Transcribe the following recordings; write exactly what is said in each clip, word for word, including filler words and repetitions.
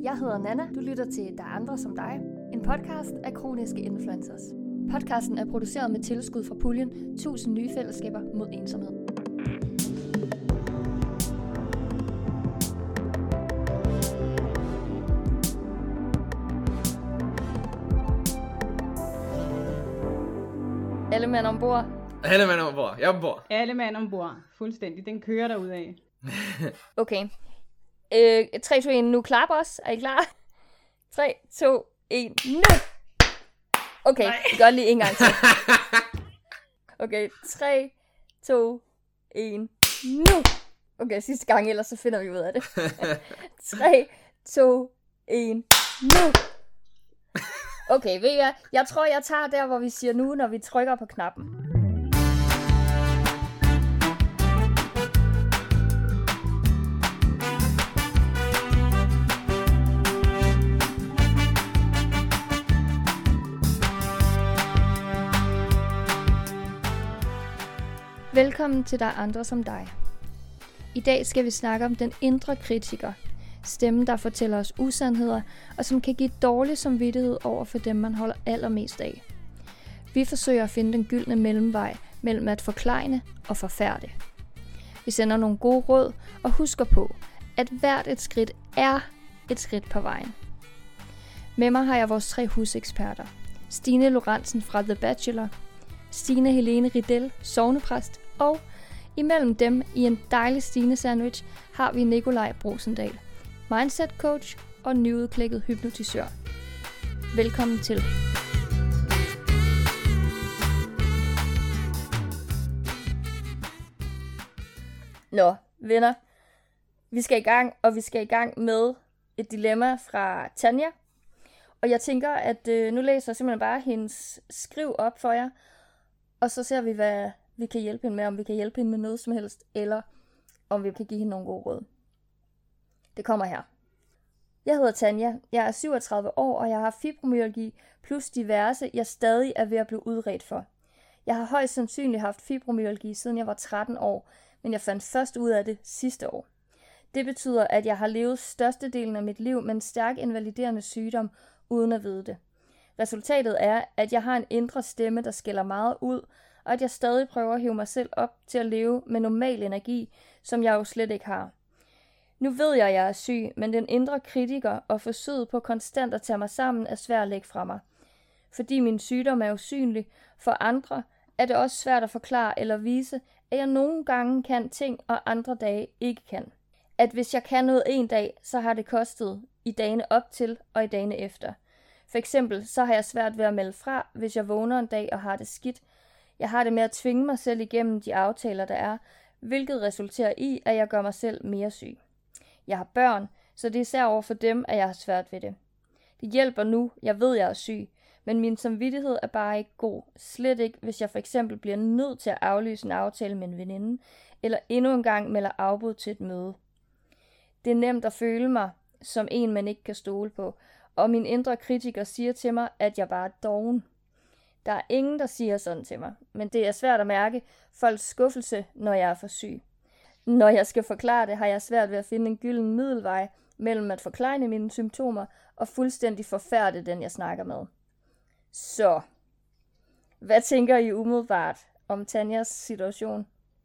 Jeg hedder Nana. Du lytter til Der er andre som dig. En podcast af kroniske influencers. Podcasten er produceret med tilskud fra puljen tusind nye fællesskaber mod ensomhed. Alle mænd ombord. Alle mænd ombord. Jeg er ombord. Alle mænd ombord. Fuldstændig. Den kører derudad. Okay. Øh, tre, to, et, nu klapper os. Er I klar? tre, to, et, nu! Okay, vi gør lige en gang til. Okay, tre, to, et, nu! Okay, sidste gang, ellers så finder vi ud af det. tre, to, et, nu! Okay, ved I hvad? Jeg tror, jeg tager der, hvor vi siger nu, når vi trykker på knappen. Velkommen til Der er andre som dig. I dag skal vi snakke om den indre kritiker. Stemmen, der fortæller os usandheder, og som kan give dårlig samvittighed over for dem, man holder allermest af. Vi forsøger at finde den gyldne mellemvej mellem at forklejne og forfærde. Vi sender nogle gode råd og husker på, at hvert et skridt er et skridt på vejen. Med mig har jeg vores tre huseksperter. Stine Lorentzen fra The Bachelor, Stine Helene Ridel, sognepræst, og imellem dem i en dejlig Stine sandwich har vi Nikolaj Brosendal, mindset coach og nyudklækket hypnotisør. Velkommen til. Nå, venner, vi skal i gang, og vi skal i gang med et dilemma fra Tanja. Og jeg tænker, at øh, nu læser jeg simpelthen bare hendes skriv op for jer, og så ser vi, hvad vi kan hjælpe hende med, om vi kan hjælpe hende med noget som helst, eller om vi kan give hende nogle gode råd. Det kommer her. Jeg hedder Tanja, jeg er syvogtredive år, og jeg har fibromyalgi plus diverse, jeg stadig er ved at blive udredt for. Jeg har højst sandsynligt haft fibromyalgi, siden jeg var tretten år, men jeg fandt først ud af det sidste år. Det betyder, at jeg har levet størstedelen af mit liv med en stærk invaliderende sygdom, uden at vide det. Resultatet er, at jeg har en indre stemme, der skiller meget ud, og at jeg stadig prøver at hive mig selv op til at leve med normal energi, som jeg jo slet ikke har. Nu ved jeg, at jeg er syg, men den indre kritiker og forsøget på konstant at tage mig sammen er svært at lægge fra mig. Fordi min sygdom er usynlig, for andre er det også svært at forklare eller vise, at jeg nogle gange kan ting, og andre dage ikke kan. At hvis jeg kan noget en dag, så har det kostet i dagene op til og i dagene efter. For eksempel så har jeg svært ved at melde fra, hvis jeg vågner en dag og har det skidt. Jeg har det med at tvinge mig selv igennem de aftaler, der er, hvilket resulterer i, at jeg gør mig selv mere syg. Jeg har børn, så det er især over for dem, at jeg har svært ved det. Det hjælper nu, jeg ved, jeg er syg, men min samvittighed er bare ikke god. Slet ikke, hvis jeg for eksempel bliver nødt til at aflyse en aftale med en veninde, eller endnu en gang melder afbud til et møde. Det er nemt at føle mig som en, man ikke kan stole på, og min indre kritiker siger til mig, at jeg bare er doven. Der er ingen, der siger sådan til mig, men det er svært at mærke folks skuffelse, når jeg er for syg. Når jeg skal forklare det, har jeg svært ved at finde en gylden middelvej mellem at forklejne mine symptomer og fuldstændig forfærde den, jeg snakker med. Så, hvad tænker I umiddelbart om Tanjas situation?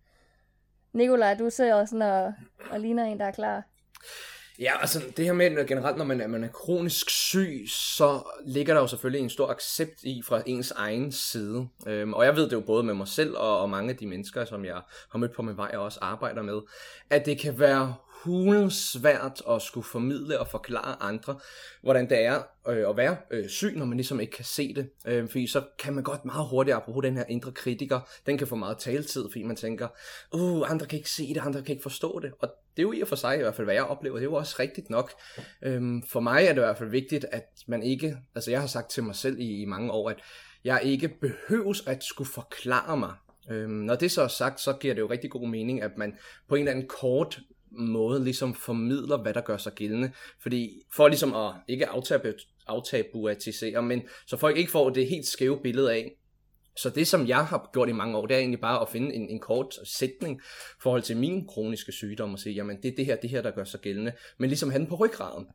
Nikolaj, du ser sådan og, og ligner en, der er klar. Ja, altså det her med generelt, når man er, man er kronisk syg, så ligger der jo selvfølgelig en stor accept i fra ens egen side. Øhm, og jeg ved det jo både med mig selv og, og mange af de mennesker, som jeg har mødt på min vej og også arbejder med, at det kan være hulensvært at skulle formidle og forklare andre, hvordan det er øh, at være øh, syg, når man ligesom ikke kan se det. Øh, fordi så kan man godt meget hurtigt, apropos den her indre kritiker, den kan få meget taletid, fordi man tænker, uh, andre kan ikke se det, andre kan ikke forstå det. Og det er jo i og for sig i hvert fald, hvad jeg oplever, det er jo også rigtigt nok. Øhm, for mig er det i hvert fald vigtigt, at man ikke, altså jeg har sagt til mig selv i, i mange år, at jeg ikke behøves at skulle forklare mig. Øhm, når det så er sagt, så giver det jo rigtig god mening, at man på en eller anden kort måde ligesom formidler, hvad der gør sig gældende. Fordi for ligesom at ikke aftabuatisere, men så folk ikke får det helt skæve billede af, Så det, som jeg har gjort i mange år, det er egentlig bare at finde en, en kort sætning i forhold til min kroniske sygdom og sige, jamen det er det her, det her, der gør sig gældende, men ligesom have den på ryggraden.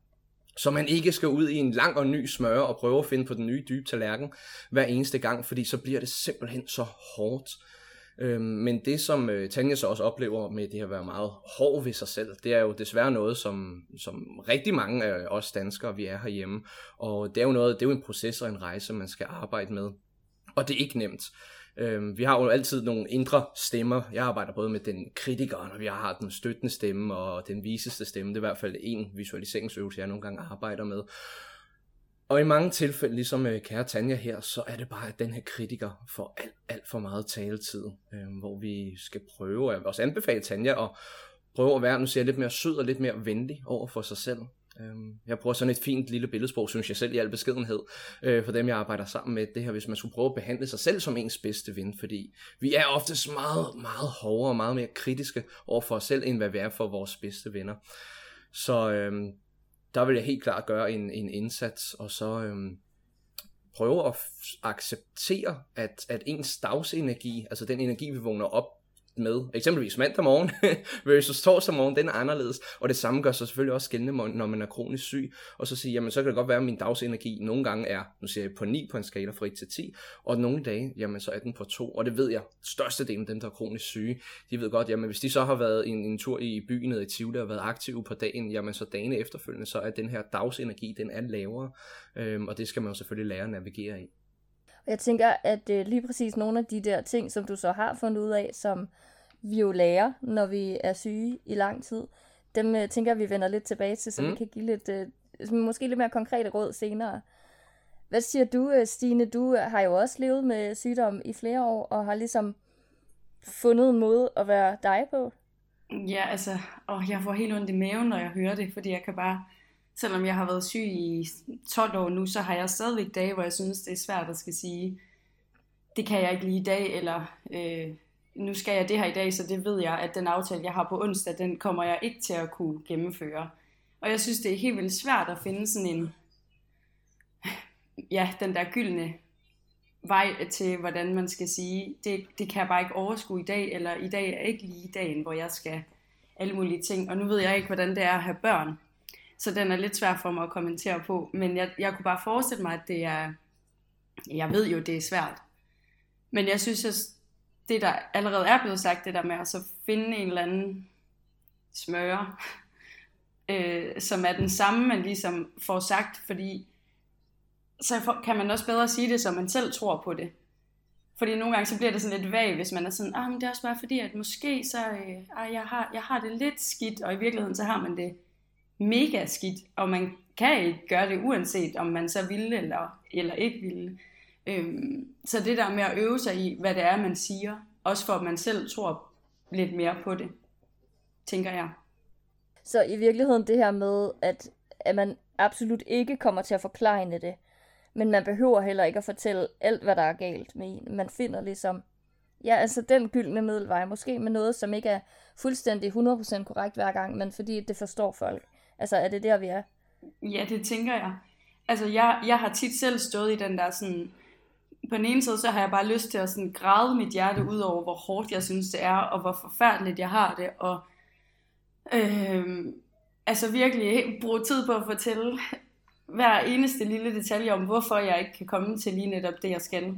Så man ikke skal ud i en lang og ny smøre og prøve at finde på den nye dybe tallerken hver eneste gang, fordi så bliver det simpelthen så hårdt. Øhm, men det, som øh, Tanja så også oplever med det at være meget hård ved sig selv, det er jo desværre noget, som, som rigtig mange af os danskere, vi er herhjemme. Og det er jo noget, det er jo en proces og en rejse, man skal arbejde med. Og det er ikke nemt. Øhm, vi har jo altid nogle indre stemmer. Jeg arbejder både med den kritikeren, og vi har den støttende stemme og den viseste stemme. Det er i hvert fald en visualiseringsøvelse, jeg nogle gange arbejder med. Og i mange tilfælde, ligesom kære Tanja her, så er det bare, at den her kritiker får alt, alt for meget taletid, øh, hvor vi skal prøve, at også anbefale Tanja at prøve at være, nu siger jeg, lidt mere sød og lidt mere venlig over for sig selv. Øh, jeg bruger sådan et fint lille billedsprog, synes jeg selv, i al beskedenhed, øh, for dem jeg arbejder sammen med, det her, hvis man skulle prøve at behandle sig selv som ens bedste ven, fordi vi er oftest meget, meget hårdere og meget mere kritiske over for os selv, end hvad vi er for vores bedste venner. Så øh, der vil jeg helt klart gøre en, en indsats, og så øhm, prøve at f- acceptere, at, at ens dagsenergi, altså den energi, vi vågner op med, eksempelvis mandag morgen versus torsdag morgen, den er anderledes, og det samme gør sig selvfølgelig også gældende, når man er kronisk syg, og så sige, jamen så kan det godt være, at min dagsenergi nogle gange er, nu siger jeg på ni på en skala fra et til ti, og nogle dage, jamen så er den på to, og det ved jeg, størstedelen af dem, der er kronisk syge, de ved godt, jamen hvis de så har været en, en tur i byen eller i Tivoli og været aktive på dagen, jamen så dagene efterfølgende, så er den her dagsenergi, den er lavere, øhm, og det skal man jo selvfølgelig lære at navigere i. Og jeg tænker, at øh, lige præcis nogle af de der ting, som du så har fundet ud af, som vi jo lærer, når vi er syge i lang tid, dem øh, tænker vi vender lidt tilbage til, så mm. vi kan give lidt, øh, måske lidt mere konkrete råd senere. Hvad siger du, Stine? Du har jo også levet med sygdom i flere år, og har ligesom fundet en måde at være dig på. Ja, altså, åh, jeg får helt ondt i maven, når jeg hører det, fordi jeg kan bare, selvom jeg har været syg i tolv år nu, så har jeg stadigvæk dage, hvor jeg synes, det er svært at skal sige, det kan jeg ikke lige i dag, eller øh, nu skal jeg det her i dag, så det ved jeg, at den aftale, jeg har på onsdag, den kommer jeg ikke til at kunne gennemføre. Og jeg synes, det er helt vildt svært at finde sådan en, ja, den der gyldne vej til, hvordan man skal sige, det, det kan jeg bare ikke overskue i dag, eller i dag er ikke lige dagen, hvor jeg skal alle mulige ting. Og nu ved jeg ikke, hvordan det er at have børn, så den er lidt svær for mig at kommentere på, men jeg, jeg kunne bare forestille mig, at det er, jeg ved jo, det er svært. Men jeg synes, at det der allerede er blevet sagt, det der med at så finde en eller anden smøre, øh, som er den samme, man ligesom får sagt, fordi så kan man også bedre sige det, så man selv tror på det. Fordi nogle gange så bliver det sådan lidt vag, hvis man er sådan, ah, men det er også bare fordi, at måske så, øh, ah, jeg, har, jeg har det lidt skidt, og i virkeligheden så har man det mega skidt, og man kan ikke gøre det, uanset om man så ville eller, eller ikke ville. Øhm, så det der med at øve sig i, hvad det er, man siger, også for at man selv tror lidt mere på det, tænker jeg. Så i virkeligheden det her med, at, at man absolut ikke kommer til at forklejne det, men man behøver heller ikke at fortælle alt, hvad der er galt med en. Man finder ligesom, ja, altså den gyldne middelvej, måske med noget, som ikke er fuldstændig hundrede procent korrekt hver gang, men fordi det forstår folk. Altså er det der, vi er? Ja, det tænker jeg. Altså jeg, jeg har tit selv stået i den der sådan, på den ene side, så har jeg bare lyst til at sådan græde mit hjerte ud over, hvor hårdt jeg synes det er, og hvor forfærdeligt jeg har det, og øh, altså virkelig bruge tid på at fortælle hver eneste lille detalje om, hvorfor jeg ikke kan komme til lige netop det, jeg skal.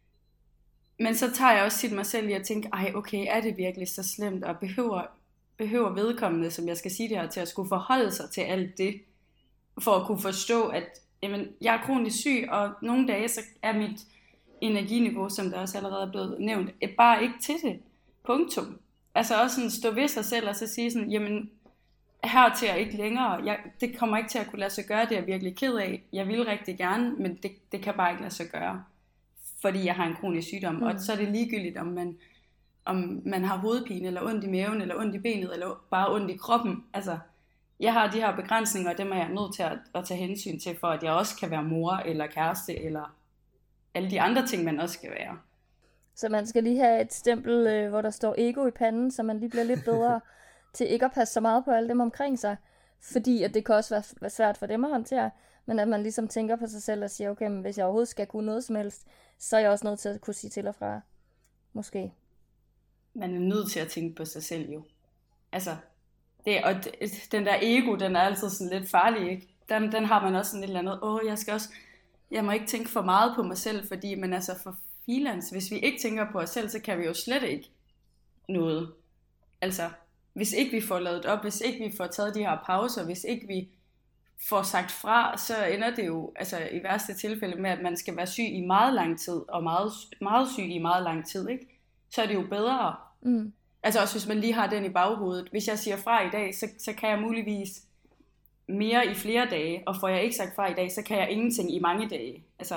Men så tager jeg også tit mig selv i at tænke, ej okay, er det virkelig så slemt, og behøver, behøver vedkommende, som jeg skal sige det her, til at skulle forholde sig til alt det, for at kunne forstå, at jamen, jeg er kronisk syg, og nogle dage så er mit energiniveau, som der også allerede er blevet nævnt, er bare ikke til det. Punktum. Altså også sådan stå ved sig selv, og så sige sådan, jamen, her til jeg ikke længere, jeg, det kommer ikke til at kunne lade sig gøre, det er jeg virkelig ked af. Jeg vil rigtig gerne, men det, det kan bare ikke lade sig gøre, fordi jeg har en kronisk sygdom. Mm. Og så er det ligegyldigt, om man, om man har hovedpine, eller ondt i maven, eller ondt i benet, eller bare ondt i kroppen. Altså, jeg har de her begrænsninger, og dem er jeg nødt til at, at tage hensyn til, for at jeg også kan være mor, eller kæreste, eller alle de andre ting, man også skal være. Så man skal lige have et stempel, øh, hvor der står ego i panden, så man lige bliver lidt bedre til ikke at passe så meget på alle dem omkring sig. Fordi at det kan også være, være svært for dem at håndtere, men at man ligesom tænker på sig selv og siger, okay, men hvis jeg overhovedet skal kunne noget som helst, så er jeg også nødt til at kunne sige til og fra. Måske. Man er nødt til at tænke på sig selv jo. Altså, det, og det, den der ego, den er altid sådan lidt farlig, ikke? den, den har man også sådan et eller andet, åh, jeg skal også, jeg må ikke tænke for meget på mig selv, fordi, men altså for freelance, hvis vi ikke tænker på os selv, så kan vi jo slet ikke noget. Altså, hvis ikke vi får lavet op, hvis ikke vi får taget de her pauser, hvis ikke vi får sagt fra, så ender det jo altså i værste tilfælde med, at man skal være syg i meget lang tid, og meget, meget syg i meget lang tid, ikke? Så er det jo bedre. Mm. Altså også hvis man lige har den i baghovedet. Hvis jeg siger fra i dag, så, så kan jeg muligvis mere i flere dage, og får jeg ikke sagt fra i dag, så kan jeg ingenting i mange dage. Altså,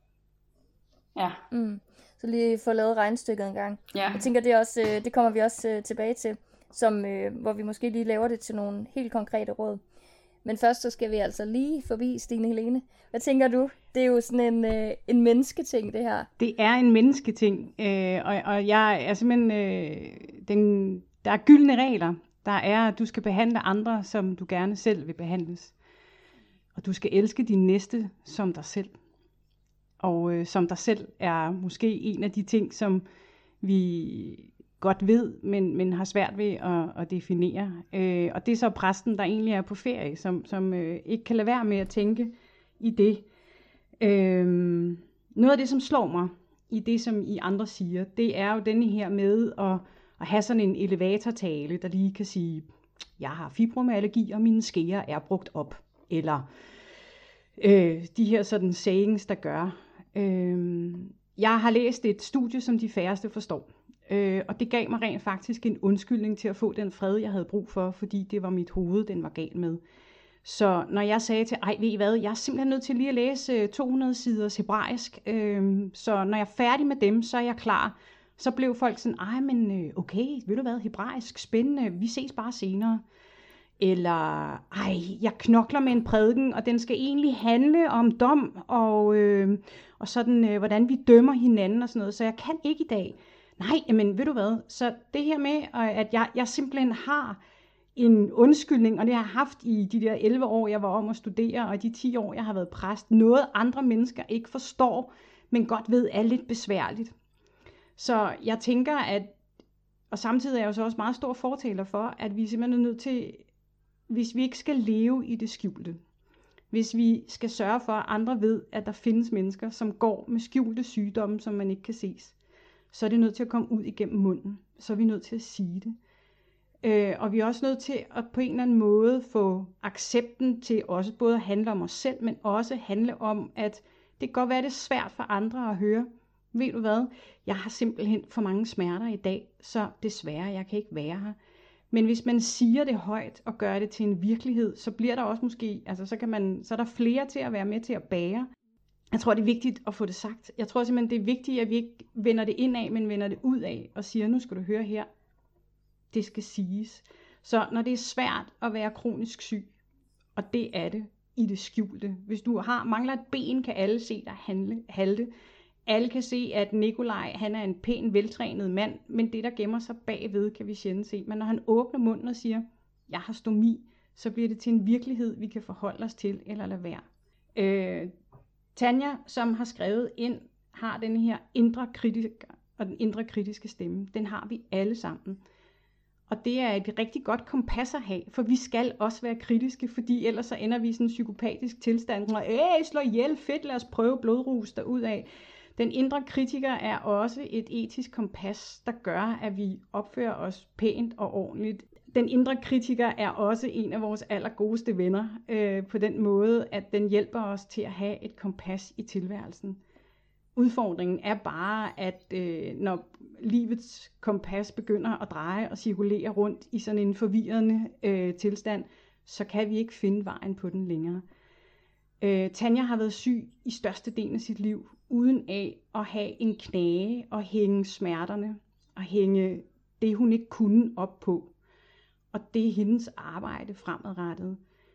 ja. Mm. Så lige få lavet regnstykket en gang. Ja. Jeg tænker, det, er også, det kommer vi også øh, tilbage til, som, øh, hvor vi måske lige laver det til nogle helt konkrete råd. Men først så skal vi altså lige forbi Stine Helene. Hvad tænker du? Det er jo sådan en, øh, en mennesketing, det her. Det er en mennesketing, øh, og, og jeg er simpelthen, øh, den, der er gyldne regler. Der er, at du skal behandle andre, som du gerne selv vil behandles. Og du skal elske din næste som dig selv. Og øh, som dig selv er måske en af de ting, som vi godt ved, men, men har svært ved at, at definere. Øh, og det er så præsten, der egentlig er på ferie, som, som øh, ikke kan lade være med at tænke i det. Øh, noget af det, som slår mig i det, som I andre siger, det er jo denne her med at, at have sådan en elevatortale, der lige kan sige, jeg har fibromyalgi, og mine skeer er brugt op. Eller øh, de her sådan sayings, der gør. Øh, jeg har læst et studie, som de færreste forstår. Øh, og det gav mig rent faktisk en undskyldning til at få den fred, jeg havde brug for, fordi det var mit hoved, den var gal med. Så når jeg sagde til, ej ved I hvad, jeg er simpelthen nødt til lige at læse to hundrede sider hebraisk, øh, så når jeg er færdig med dem, så er jeg klar. Så blev folk sådan, ej men okay, ved du hvad, hebraisk, spændende, vi ses bare senere. Eller, ej, jeg knokler med en prædiken, og den skal egentlig handle om dom, og, øh, og sådan, øh, hvordan vi dømmer hinanden og sådan noget, så jeg kan ikke i dag. Nej, men ved du hvad, så det her med, at jeg, jeg simpelthen har en undskyldning, og det har jeg haft i de der elleve år, jeg var om at studere, og de ti år, jeg har været præst, noget andre mennesker ikke forstår, men godt ved er lidt besværligt. Så jeg tænker, at, og samtidig er jeg jo så også meget stor fortaler for, at vi simpelthen er nødt til, hvis vi ikke skal leve i det skjulte, hvis vi skal sørge for, at andre ved, at der findes mennesker, som går med skjulte sygdomme, som man ikke kan ses, så er det nødt til at komme ud igennem munden. Så er vi nødt til at sige det. Øh, og vi er også nødt til at på en eller anden måde få accepten til også både at handle om os selv, men også handle om, at det kan godt være, det er svært for andre at høre. Ved du hvad? Jeg har simpelthen for mange smerter i dag, så desværre, jeg kan ikke være her. Men hvis man siger det højt og gør det til en virkelighed, så bliver der også måske, altså så, kan man, så er der flere til at være med til at bære. Jeg tror, det er vigtigt at få det sagt. Jeg tror simpelthen, det er vigtigt, at vi ikke vender det indad, men vender det ud af og siger, nu skal du høre her. Det skal siges. Så når det er svært at være kronisk syg, og det er det i det skjulte. Hvis du har mangler et ben, kan alle se dig handle, halte. Alle kan se, at Nikolaj, han er en pæn, veltrænet mand, men det, der gemmer sig bagved, kan vi sjældent se. Men når han åbner munden og siger, jeg har stomi, så bliver det til en virkelighed, vi kan forholde os til eller lade være. Øh, Tanja, som har skrevet ind, har den her indre kritiker, og den indre kritiske stemme. Den har vi alle sammen. Og det er et rigtig godt kompas at have, for vi skal også være kritiske, fordi ellers så ender vi i sådan en psykopatisk tilstand, og æh, slå ihjel, fedt, lad os prøve blodrus derudad. Den indre kritiker er også et etisk kompas, der gør, at vi opfører os pænt og ordentligt. Den indre kritiker er også en af vores allergodeste venner, øh, på den måde, at den hjælper os til at have et kompas i tilværelsen. Udfordringen er bare, at øh, når livets kompas begynder at dreje og cirkulere rundt i sådan en forvirrende øh, tilstand, så kan vi ikke finde vejen på den længere. Øh, Tanja har været syg i størstedelen af sit liv, uden af at have en knage og hænge smerterne og hænge det, hun ikke kunne op på. Og det er hendes arbejde fremadrettet.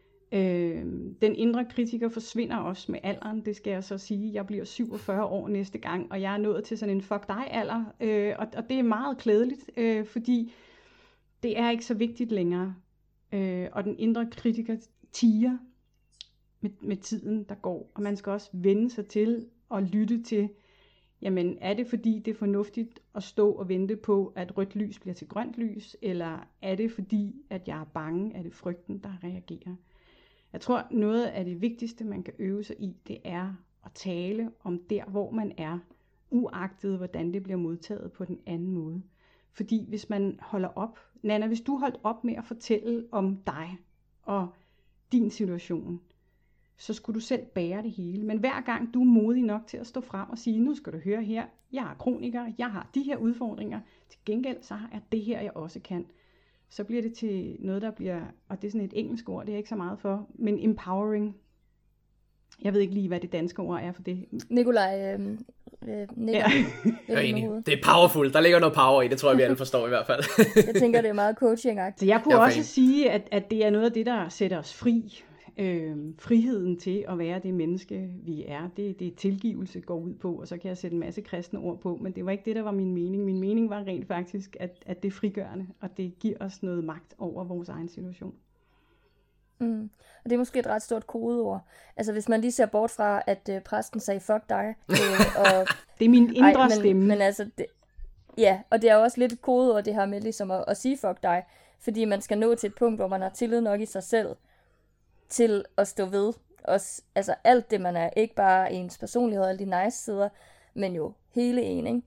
Øh, den indre kritiker forsvinder også med alderen, det skal jeg så sige. Jeg bliver syvogfyrre år næste gang, og jeg er nået til sådan en fuck dig alder. Øh, og, og det er meget klædeligt, øh, fordi det er ikke så vigtigt længere. Øh, og den indre kritiker tiger med, med tiden, der går. Og man skal også vende sig til og lytte til, jamen er det fordi det er fornuftigt at stå og vente på, at rødt lys bliver til grønt lys, eller er det fordi, at jeg er bange, er det frygten, der reagerer? Jeg tror, noget af det vigtigste, man kan øve sig i, det er at tale om der, hvor man er, uagtet hvordan det bliver modtaget på den anden måde. Fordi hvis man holder op, Nanna, hvis du holdt op med at fortælle om dig og din situation, så skulle du selv bære det hele. Men hver gang du er modig nok til at stå frem og sige, nu skal du høre her, jeg er kroniker, jeg har de her udfordringer, til gengæld så har jeg det her, jeg også kan. Så bliver det til noget, der bliver, og det er sådan et engelsk ord, det er jeg ikke så meget for, men empowering. Jeg ved ikke lige, hvad det danske ord er for det. Nikolaj, øh, øh, Nikolaj. Ja. Jeg er enig. Det er powerful. Der ligger noget power i, det tror jeg, vi alle forstår i hvert fald. Jeg tænker, det er meget coaching-agtigt. Så jeg kunne Jeg er også fan. sige, at, at det er noget af det, der sætter os fri. Øh, friheden til at være det menneske, vi er. Det, det er tilgivelse går ud på, og så kan jeg sætte en masse kristne ord på, men det var ikke det, der var min mening. Min mening var rent faktisk, at, at det er frigørende, og det giver os noget magt over vores egen situation. Mm. Og det er måske et ret stort kodeord. Altså hvis man lige ser bort fra, at øh, præsten sagde, fuck dig. Øh, og, Det er min indre ej, men, stemme. Men altså, det, ja, og det er jo også lidt et kodeord, det her med ligesom at, at sige fuck dig. Fordi man skal nå til et punkt, hvor man har tillid nok i sig selv, til at stå ved. Også, altså alt det, man er. Ikke bare ens personlighed og alle de nice sider, men jo hele en, ikke?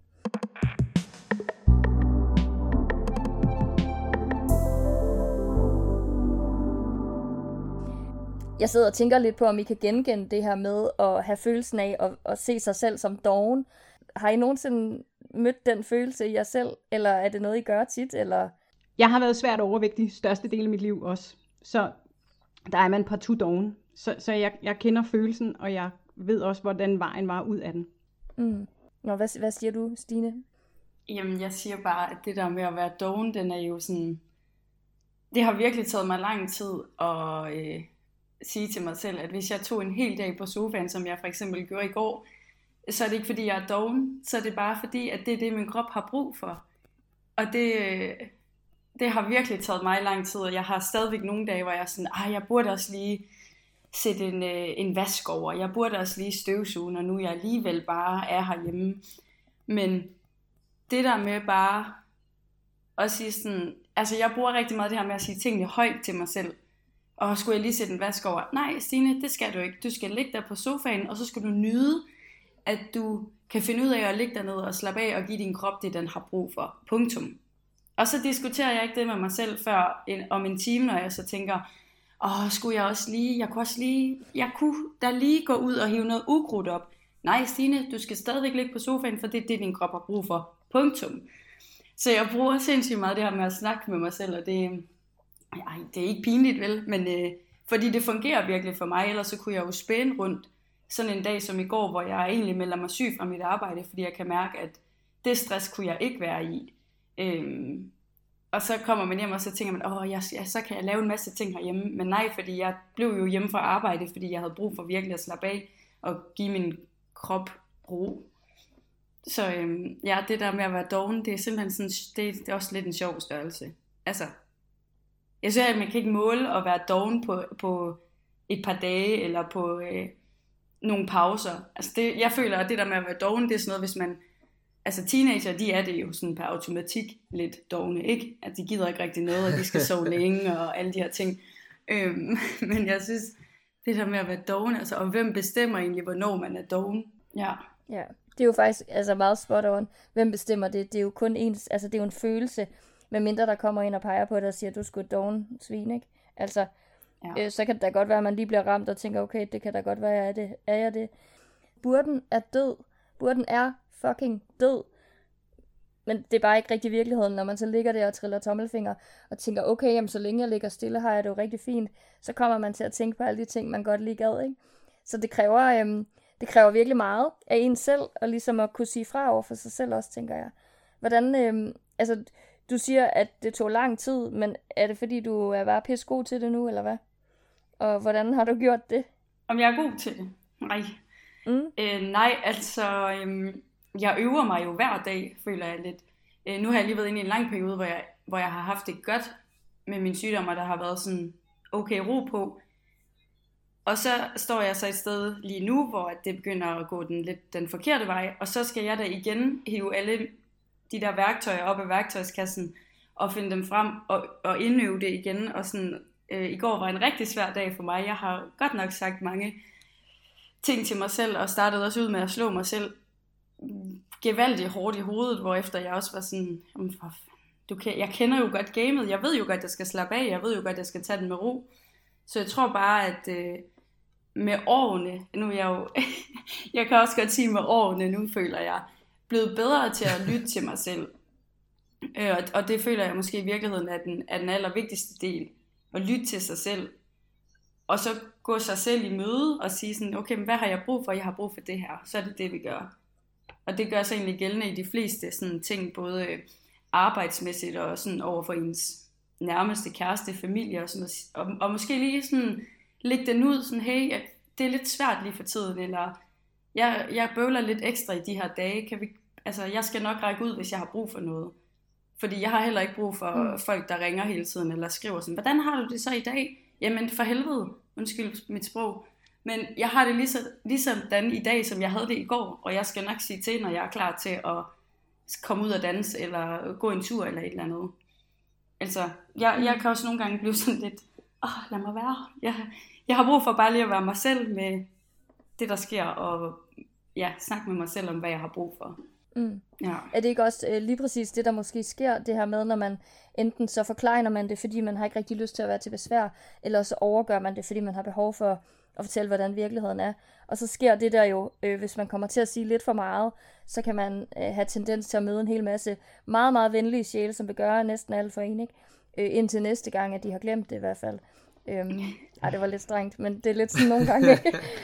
Jeg sidder og tænker lidt på, om I kan genkende det her med at have følelsen af at, at se sig selv som doven. Har I nogensinde mødt den følelse i jer selv, eller er det noget, I gør tit? Eller? Jeg har været svært overvægtig største del af mit liv også. Så der er man partout doven. Så, så jeg, jeg kender følelsen, og jeg ved også, hvordan vejen var ud af den. Mm. Nå, hvad, hvad siger du, Stine? Jamen, jeg siger bare, at det der med at være doven, den er jo sådan... Det har virkelig taget mig lang tid at øh, sige til mig selv, at hvis jeg tog en hel dag på sofaen, som jeg for eksempel gjorde i går, så er det ikke fordi, jeg er doven, så er det bare fordi, at det er det, min krop har brug for. Og det... Øh, Det har virkelig taget mig lang tid, og jeg har stadigvæk nogle dage, hvor jeg er sådan, ej, jeg burde også lige sætte en, øh, en vask over, jeg burde også lige støvsuge, når nu jeg alligevel bare er herhjemme. Men det der med bare at sige sådan, altså jeg bruger rigtig meget det her med at sige tingene højt til mig selv, og skulle jeg lige sætte en vask over? Nej, Stine, det skal du ikke. Du skal ligge der på sofaen, og så skal du nyde, at du kan finde ud af at ligge dernede og slappe af og give din krop det, den har brug for. Punktum. Og så diskuterer jeg ikke det med mig selv før en, om en time, når jeg så tænker, åh, skulle jeg også lige, jeg kunne også lige, jeg kunne da lige gå ud og hive noget ukrudt op. Nej, Stine, du skal stadigvæk ligge på sofaen, for det er det, din krop har brug for. Punktum. Så jeg bruger sindssygt meget det her med at snakke med mig selv, og det, ej, det er ikke pinligt, vel? Men øh, fordi det fungerer virkelig for mig, ellers så kunne jeg jo spænde rundt sådan en dag som i går, hvor jeg egentlig melder mig syg fra mit arbejde, fordi jeg kan mærke, at det stress kunne jeg ikke være i. Øhm, og så kommer man hjem, og så tænker man, åh, jeg, ja, så kan jeg lave en masse ting herhjemme. Men nej, fordi jeg blev jo hjemme fra arbejde, fordi jeg havde brug for virkelig at slappe af og give min krop ro. Så øhm, ja, det der med at være doven, det er simpelthen sådan, det, det er også lidt en sjov størrelse. Altså, jeg synes, at man kan ikke måle at være doven på, på et par dage, eller på øh, nogle pauser. Altså det, jeg føler, at det der med at være doven, det er sådan noget, hvis man... Altså teenager, de er det jo sådan per automatik lidt dovne, ikke? At de gider ikke rigtig noget, og de skal sove længe og alle de her ting. Øhm, men jeg synes, det der med at være doven, altså, og hvem bestemmer egentlig, hvornår man er doven? Ja. Ja, det er jo faktisk altså meget spot on. Hvem bestemmer det? Det er jo kun ens, altså det er jo en følelse, medmindre der kommer ind og peger på det og siger, du er doven svin, ikke? Altså, ja. øh, så kan det da godt være, at man lige bliver ramt og tænker, okay, det kan da godt være, jeg er det. Er jeg det? Burden er død. Burden er fucking død. Men det er bare ikke rigtig virkeligheden, når man så ligger der og triller tommelfinger og tænker, okay, jamen, så længe jeg ligger stille, har jeg det jo rigtig fint. Så kommer man til at tænke på alle de ting, man godt lige gad, ikke? Så det kræver, øhm, det kræver virkelig meget af en selv, og ligesom at kunne sige fra over for sig selv også, tænker jeg. Hvordan, øhm, altså, du siger, at det tog lang tid, men er det fordi, du er bare pisse god til det nu, eller hvad? Og hvordan har du gjort det? Om jeg er god til det? Nej. Mm. Øh, nej, altså... Øhm Jeg øver mig jo hver dag, føler jeg lidt. Øh, nu har jeg lige været inde i en lang periode, hvor jeg, hvor jeg har haft det godt med min sygdom, og der har været sådan okay ro på. Og så står jeg så et sted lige nu, hvor det begynder at gå den lidt den forkerte vej, og så skal jeg da igen hive alle de der værktøjer op af værktøjskassen, og finde dem frem, og, og indøve det igen, og sådan Øh, I går var en rigtig svær dag for mig. Jeg har godt nok sagt mange ting til mig selv, og startede også ud med at slå mig selv gevaldigt hårdt i hovedet, hvorefter jeg også var sådan, du kan, jeg kender jo godt gamet, jeg ved jo godt, at jeg skal slappe af, jeg ved jo godt, at jeg skal tage den med ro. Så jeg tror bare, at øh, med årene, nu er jeg jo, jeg kan også godt sige med årene, nu føler jeg, blevet bedre til at lytte til mig selv. Øh, og, og det føler jeg måske i virkeligheden er den, er den allervigtigste del, at lytte til sig selv. Og så gå sig selv i møde og sige sådan, okay, men hvad har jeg brug for? Jeg har brug for det her. Så er det det, vi gør. Og det gør sig egentlig gældende i de fleste sådan ting, både arbejdsmæssigt og sådan over for ens nærmeste kæreste, familie og sådan noget. Og, og måske lige sådan lægge den ud, sådan, hey, det er lidt svært lige for tiden, eller jeg, jeg bøvler lidt ekstra i de her dage. Kan vi, altså, jeg skal nok række ud, hvis jeg har brug for noget. Fordi jeg har heller ikke brug for mm. folk, der ringer hele tiden, eller skriver sådan, hvordan har du det så i dag? Jamen for helvede, undskyld mit sprog. Men jeg har det lige, så, lige sådan i dag, som jeg havde det i går, og jeg skal nok sige til, når jeg er klar til at komme ud og danse, eller gå en tur, eller et eller andet. Altså, jeg, jeg kan også nogle gange blive sådan lidt, åh, oh, lad mig være. Jeg, jeg har brug for bare lige at være mig selv med det, der sker, og ja, snakke med mig selv om, hvad jeg har brug for. Mm. Ja. Er det ikke også øh, lige præcis det, der måske sker, det her med, når man enten så forklejner man det, fordi man har ikke rigtig lyst til at være til besvær, eller så overgør man det, fordi man har behov for at fortælle, hvordan virkeligheden er. Og så sker det der jo, øh, hvis man kommer til at sige lidt for meget, så kan man øh, have tendens til at møde en hel masse meget, meget venlige sjæle, som vil gøre næsten alt for en, ikke? Øh, indtil næste gang, at de har glemt det i hvert fald. Øhm, ej, det var lidt strengt, men det er lidt sådan nogle gange.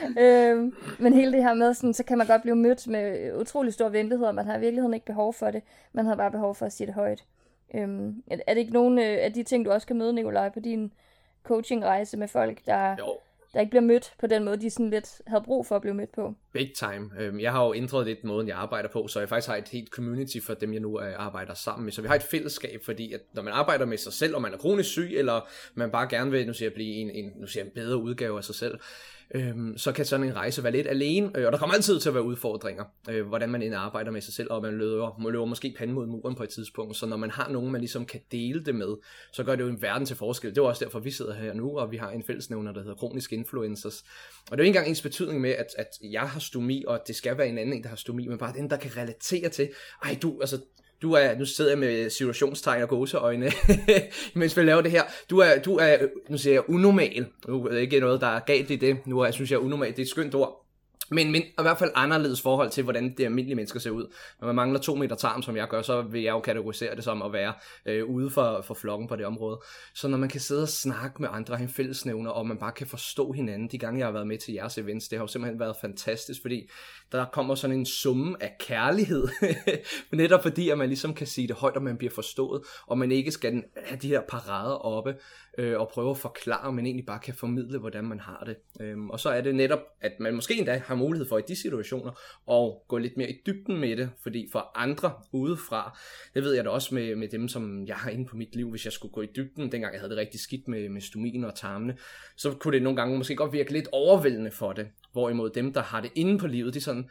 øhm, men hele det her med, sådan, så kan man godt blive mødt med utrolig stor venlighed, og man har i virkeligheden ikke behov for det. Man har bare behov for at sige det højt. Øhm, er det ikke nogen øh, af de ting, du også kan møde, Nikolaj, på din coachingrejse med folk, der, der ikke bliver mødt på den måde, de sådan lidt havde brug for at blive mødt på? Big time. Jeg har jo ændret lidt måden, jeg arbejder på, så jeg faktisk har et helt community for dem, jeg nu arbejder sammen med. Så vi har et fællesskab, fordi at når man arbejder med sig selv, og man er kronisk syg, eller man bare gerne vil, nu siger jeg, blive en, en, nu siger jeg, en bedre udgave af sig selv, øhm, så kan sådan en rejse være lidt alene, øh, og der kommer altid til at være udfordringer, øh, hvordan man end arbejder med sig selv, og man løber, man løber måske pande mod muren på et tidspunkt, så når man har nogen, man ligesom kan dele det med, så gør det jo en verden til forskel. Det er også derfor, vi sidder her nu, og vi har en fællesnævner, der hedder kronisk influencers, og det er jo ikke engang ens betydning med, at, at jeg har stomi, og det skal være en anden, der har stomi, men bare den, der kan relatere til, ej du, altså, du er, nu sidder jeg med situationstegn og gåseøjne, mens vi laver det her. Du er, du er, nu siger jeg, unormal. Nu er det ikke noget, der er galt i det. Nu er, jeg synes jeg, unormal. Det er et skønt ord. Men, men i hvert fald anderledes forhold til, hvordan det almindelige mennesker ser ud. Når man mangler to meter tarm, som jeg gør, så vil jeg jo kategorisere det som at være øh, ude for, for flokken på det område. Så når man kan sidde og snakke med andre, have en fællesnævner, og man bare kan forstå hinanden, de gange jeg har været med til jeres events, det har jo simpelthen været fantastisk, fordi der kommer sådan en summe af kærlighed, netop fordi, at man ligesom kan sige det højt, og man bliver forstået, og man ikke skal have de her parader oppe, øh, og prøve at forklare, men egentlig bare kan formidle, hvordan man har det. Øhm, og så er det netop, at man måske endda har mulighed for i de situationer at gå lidt mere i dybden med det, fordi for andre udefra, det ved jeg da også med, med dem, som jeg har inde på mit liv, hvis jeg skulle gå i dybden, dengang jeg havde det rigtig skidt med, med stomien og tarmene, så kunne det nogle gange måske godt virke lidt overvældende for det, hvorimod dem, der har det inde på livet, de er sådan,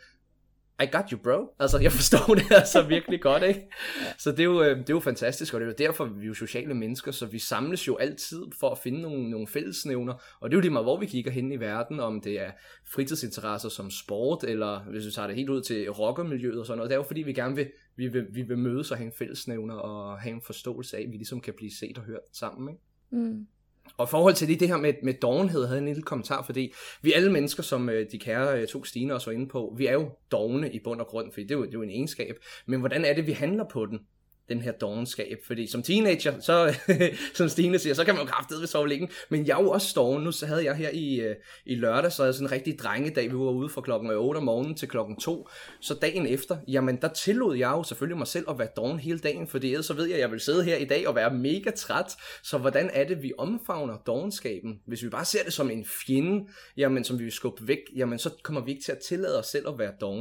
I got you, bro. Altså, jeg forstår det altså virkelig godt, ikke? Så det er, jo, det er jo fantastisk, og det er jo derfor, vi er jo sociale mennesker, så vi samles jo altid for at finde nogle, nogle fællesnævner, og det er jo lige meget, hvor vi kigger hen i verden, om det er fritidsinteresser som sport, eller hvis vi tager det helt ud til rockermiljøet og sådan noget, det er jo fordi, vi gerne vil, vi vil, vi vil mødes og have en fællesnævner, og have en forståelse af, at vi ligesom kan blive set og hørt sammen, ikke? Mm. Og i forhold til lige det her med, med dovenhed, havde jeg en lille kommentar, fordi vi alle mennesker, som øh, de kære øh, to Stine også var inde på, vi er jo dovne i bund og grund, fordi det er, jo, det er jo en egenskab, men hvordan er det, vi handler på den? Den her dovenskab, fordi som teenager, så som Stine siger, så kan man jo kraftedeme sove længe, men jeg er jo også doven. Nu så havde jeg her i, i lørdag, så havde jeg sådan en rigtig drengedag, vi var ude fra klokken otte om morgenen til klokken to, så dagen efter, jamen der tillod jeg jo selvfølgelig mig selv at være doven hele dagen, fordi ellers så ved jeg, at jeg vil sidde her i dag og være mega træt, så hvordan er det, vi omfavner dovenskaben? Hvis vi bare ser det som en fjende, jamen som vi vil skubbe væk, jamen så kommer vi ikke til at tillade os selv at være dovne.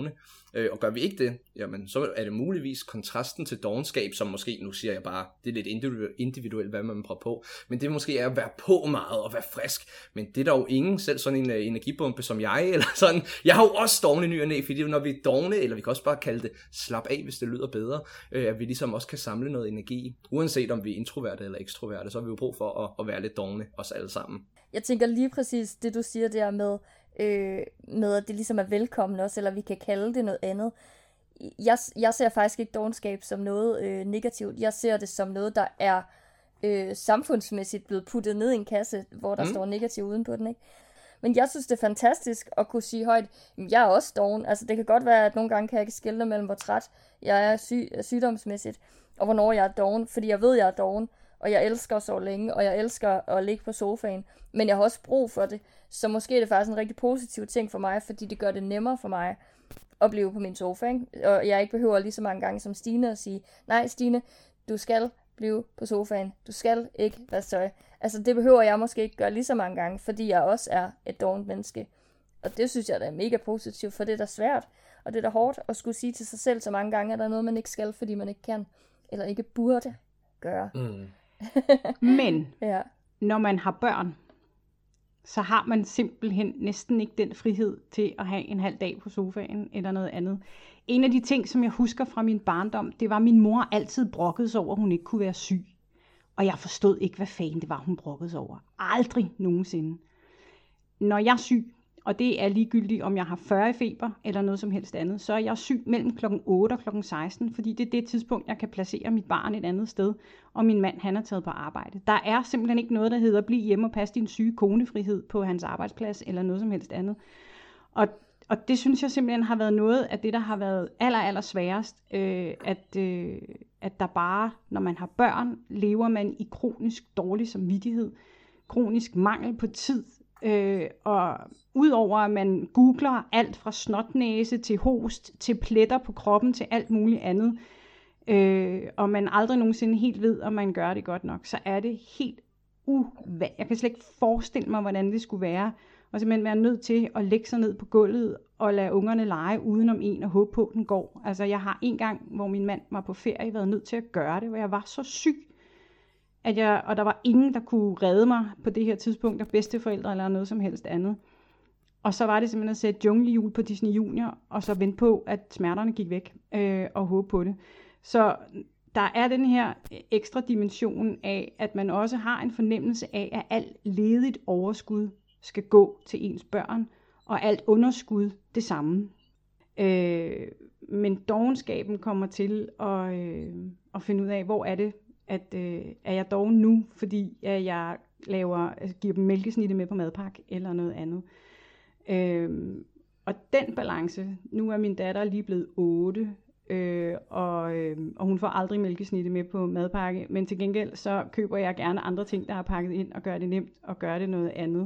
Øh, og gør vi ikke det, jamen så er det muligvis kontrasten til dovenskab, som måske, nu siger jeg bare, det er lidt individuelt, hvad man prøver på, men det måske er at være på meget og være frisk, men det er der jo ingen, selv sådan en uh, energibombe som jeg, eller sådan, jeg har jo også dogne ny og næ, fordi når vi er dogne, eller vi kan også bare kalde det slap af, hvis det lyder bedre, øh, at vi ligesom også kan samle noget energi, uanset om vi er introverte eller ekstroverte, så har vi jo brug for at, at være lidt dogne, os alle sammen. Jeg tænker lige præcis det, du siger der med, øh, med at det ligesom er velkommen også, eller vi kan kalde det noget andet. Jeg, jeg ser faktisk ikke dovenskab som noget øh, negativt. Jeg ser det som noget, der er øh, samfundsmæssigt blevet puttet ned i en kasse, hvor der mm. står negativ uden på den, ikke? Men jeg synes, det er fantastisk at kunne sige højt, jeg er også doven. Altså det kan godt være, at nogle gange kan jeg ikke skelne mellem, hvor træt jeg er syg, sygdomsmæssigt, og hvornår jeg er doven, fordi jeg ved, jeg er doven, og jeg elsker at sove længe, og jeg elsker at ligge på sofaen, men jeg har også brug for det, så måske er det faktisk en rigtig positiv ting for mig, fordi det gør det nemmere for mig at blive på min sofa, ikke? Og jeg ikke behøver lige så mange gange som Stine at sige, nej Stine, du skal blive på sofaen, du skal ikke vaske tøj. Altså det behøver jeg måske ikke gøre lige så mange gange, fordi jeg også er et dovent menneske. Og det synes jeg da er mega positivt, for det er da svært, og det er da hårdt at skulle sige til sig selv så mange gange, at der er noget, man ikke skal, fordi man ikke kan, eller ikke burde gøre. Mm. Men ja. Når man har børn, så har man simpelthen næsten ikke den frihed til at have en halv dag på sofaen eller noget andet. En af de ting, som jeg husker fra min barndom, det var, at min mor altid brokkede sig over, at hun ikke kunne være syg. Og jeg forstod ikke, hvad fanden det var, hun brokkede sig over. Aldrig nogensinde. Når jeg er syg, og det er ligegyldigt, om jeg har fyrre i feber eller noget som helst andet, så er jeg syg mellem klokken otte og klokken seksten, fordi det er det tidspunkt, jeg kan placere mit barn et andet sted, og min mand, han er taget på arbejde. Der er simpelthen ikke noget, der hedder, bliv hjemme og passe din syge konefrihed på hans arbejdsplads, eller noget som helst andet. Og, og det synes jeg simpelthen har været noget af det, der har været aller, aller sværest, øh, at, øh, at der bare, når man har børn, lever man i kronisk dårlig samvittighed, kronisk mangel på tid, Øh, og udover at man googler alt fra snotnæse til host, til pletter på kroppen, til alt muligt andet, øh, og man aldrig nogensinde helt ved, om man gør det godt nok, så er det helt uvandt. Jeg kan slet ikke forestille mig, hvordan det skulle være, og simpelthen være nødt til at lægge sig ned på gulvet og lade ungerne lege udenom en og håbe på, at den går. Altså jeg har en gang, hvor min mand var på ferie, været nødt til at gøre det, hvor jeg var så syg, At jeg, og der var ingen, der kunne redde mig på det her tidspunkt, der bedsteforældre eller noget som helst andet. Og så var det simpelthen at sætte junglehjul på Disney Junior, og så vente på, at smerterne gik væk, øh, og håbe på det. Så der er den her ekstra dimension af, at man også har en fornemmelse af, at alt ledigt overskud skal gå til ens børn, og alt underskud det samme. Øh, men dovenskaben kommer til at, øh, at finde ud af, hvor er det, at øh, er jeg doven nu, fordi at jeg laver, altså, giver dem mælkesnitte med på madpakke eller noget andet. Øhm, og den balance, nu er min datter lige blevet otte, øh, og, øh, og hun får aldrig mælkesnitte med på madpakke, men til gengæld så køber jeg gerne andre ting, der er pakket ind, og gør det nemt, og gør det noget andet.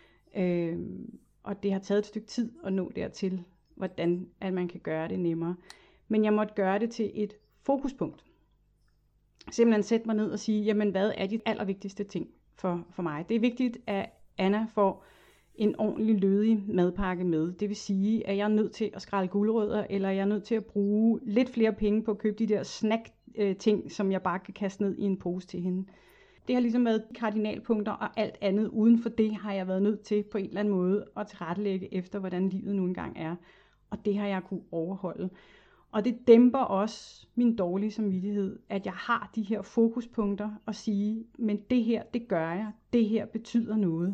Øhm, og det har taget et stykke tid at nå dertil, hvordan at man kan gøre det nemmere. Men jeg måtte gøre det til et fokuspunkt. Simpelthen sætte mig ned og sige, jamen hvad er de allervigtigste ting for, for mig? Det er vigtigt, at Anna får en ordentlig lødig madpakke med. Det vil sige, at jeg er nødt til at skrælle gulerødder, eller jeg er nødt til at bruge lidt flere penge på at købe de der snack-ting, som jeg bare kan kaste ned i en pose til hende. Det har ligesom været kardinalpunkter, og alt andet uden for det har jeg været nødt til på en eller anden måde at tilrettelægge efter, hvordan livet nu engang er. Og det har jeg kunne overholde. Og det dæmper også min dårlige samvittighed, at jeg har de her fokuspunkter og sige, men det her, det gør jeg. Det her betyder noget.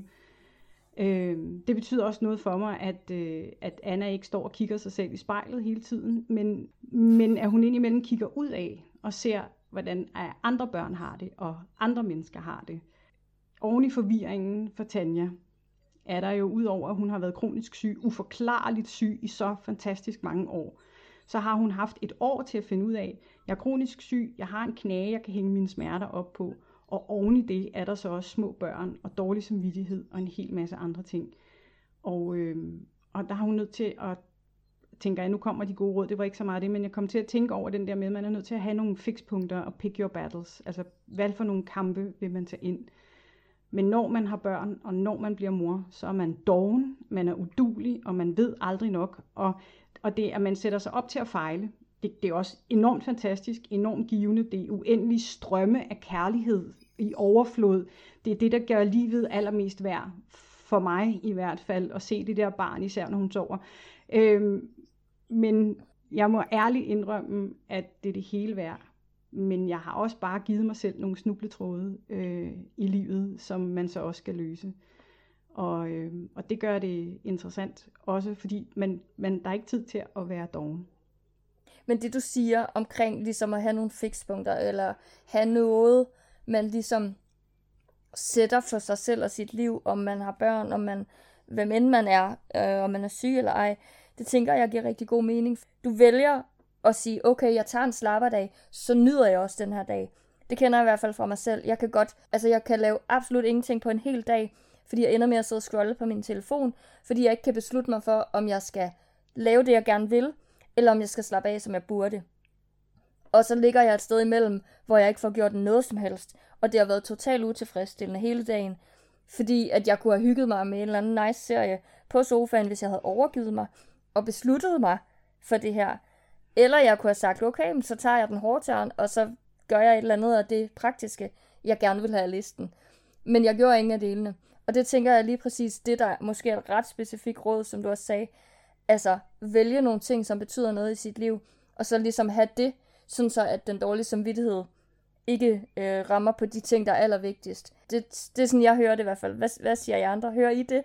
Øh, det betyder også noget for mig, at, øh, at Anna ikke står og kigger sig selv i spejlet hele tiden, men, men at hun indimellem kigger ud af og ser, hvordan andre børn har det, og andre mennesker har det. Oven i forvirringen for Tanja er der jo, udover at hun har været kronisk syg, uforklarligt syg i så fantastisk mange år, så har hun haft et år til at finde ud af, jeg er kronisk syg, jeg har en knage, jeg kan hænge mine smerter op på, og oven i det er der så også små børn og dårlig samvittighed og en hel masse andre ting. Og, øh, og der har hun nødt til at tænke, at nu kommer de gode råd, det var ikke så meget det, men jeg kom til at tænke over den der med, at man er nødt til at have nogle fikspunkter og pick your battles, altså hvad for nogle kampe vil man tage ind. Men når man har børn, og når man bliver mor, så er man doven, man er uduelig, og man ved aldrig nok, og og det, at man sætter sig op til at fejle, det, det er også enormt fantastisk, enormt givende. Det er uendelig strømme af kærlighed i overflod. Det er det, der gør livet allermest værd, for mig i hvert fald, at se det der barn, især når hun sover. Øhm, men jeg må ærligt indrømme, at det er det hele værd. Men jeg har også bare givet mig selv nogle snubletråde øh, i livet, som man så også skal løse. Og, øh, og det gør det interessant, også fordi man, man, der er ikke tid til at være doven. Men det du siger omkring ligesom at have nogle fikspunkter, eller have noget, man ligesom sætter for sig selv og sit liv, om man har børn, om man, hvem end man er, øh, om man er syg eller ej, det tænker jeg giver rigtig god mening. Du vælger at sige, okay, jeg tager en slapperdag, så nyder jeg også den her dag. Det kender jeg i hvert fald fra mig selv. Jeg kan godt, altså jeg kan lave absolut ingenting på en hel dag, fordi jeg ender med at sidde og scrolle på min telefon, fordi jeg ikke kan beslutte mig for, om jeg skal lave det, jeg gerne vil, eller om jeg skal slappe af, som jeg burde. Og så ligger jeg et sted imellem, hvor jeg ikke får gjort noget som helst, og det har været totalt utilfredsstillende hele dagen, fordi at jeg kunne have hygget mig med en eller anden nice serie på sofaen, hvis jeg havde overgivet mig og besluttet mig for det her. Eller jeg kunne have sagt, okay, så tager jeg den hårde tørn, og så gør jeg et eller andet af det praktiske, jeg gerne vil have af listen. Men jeg gjorde ingen af delene. Og det tænker jeg lige præcis, det der måske er et ret specifikt råd, som du også sagde. Altså, vælge nogle ting, som betyder noget i sit liv, og så ligesom have det, sådan så at den dårlige samvittighed ikke øh, rammer på de ting, der er allervigtigst. Det, det er sådan, jeg hører det i hvert fald. Hvad, hvad siger I andre? Hører I det?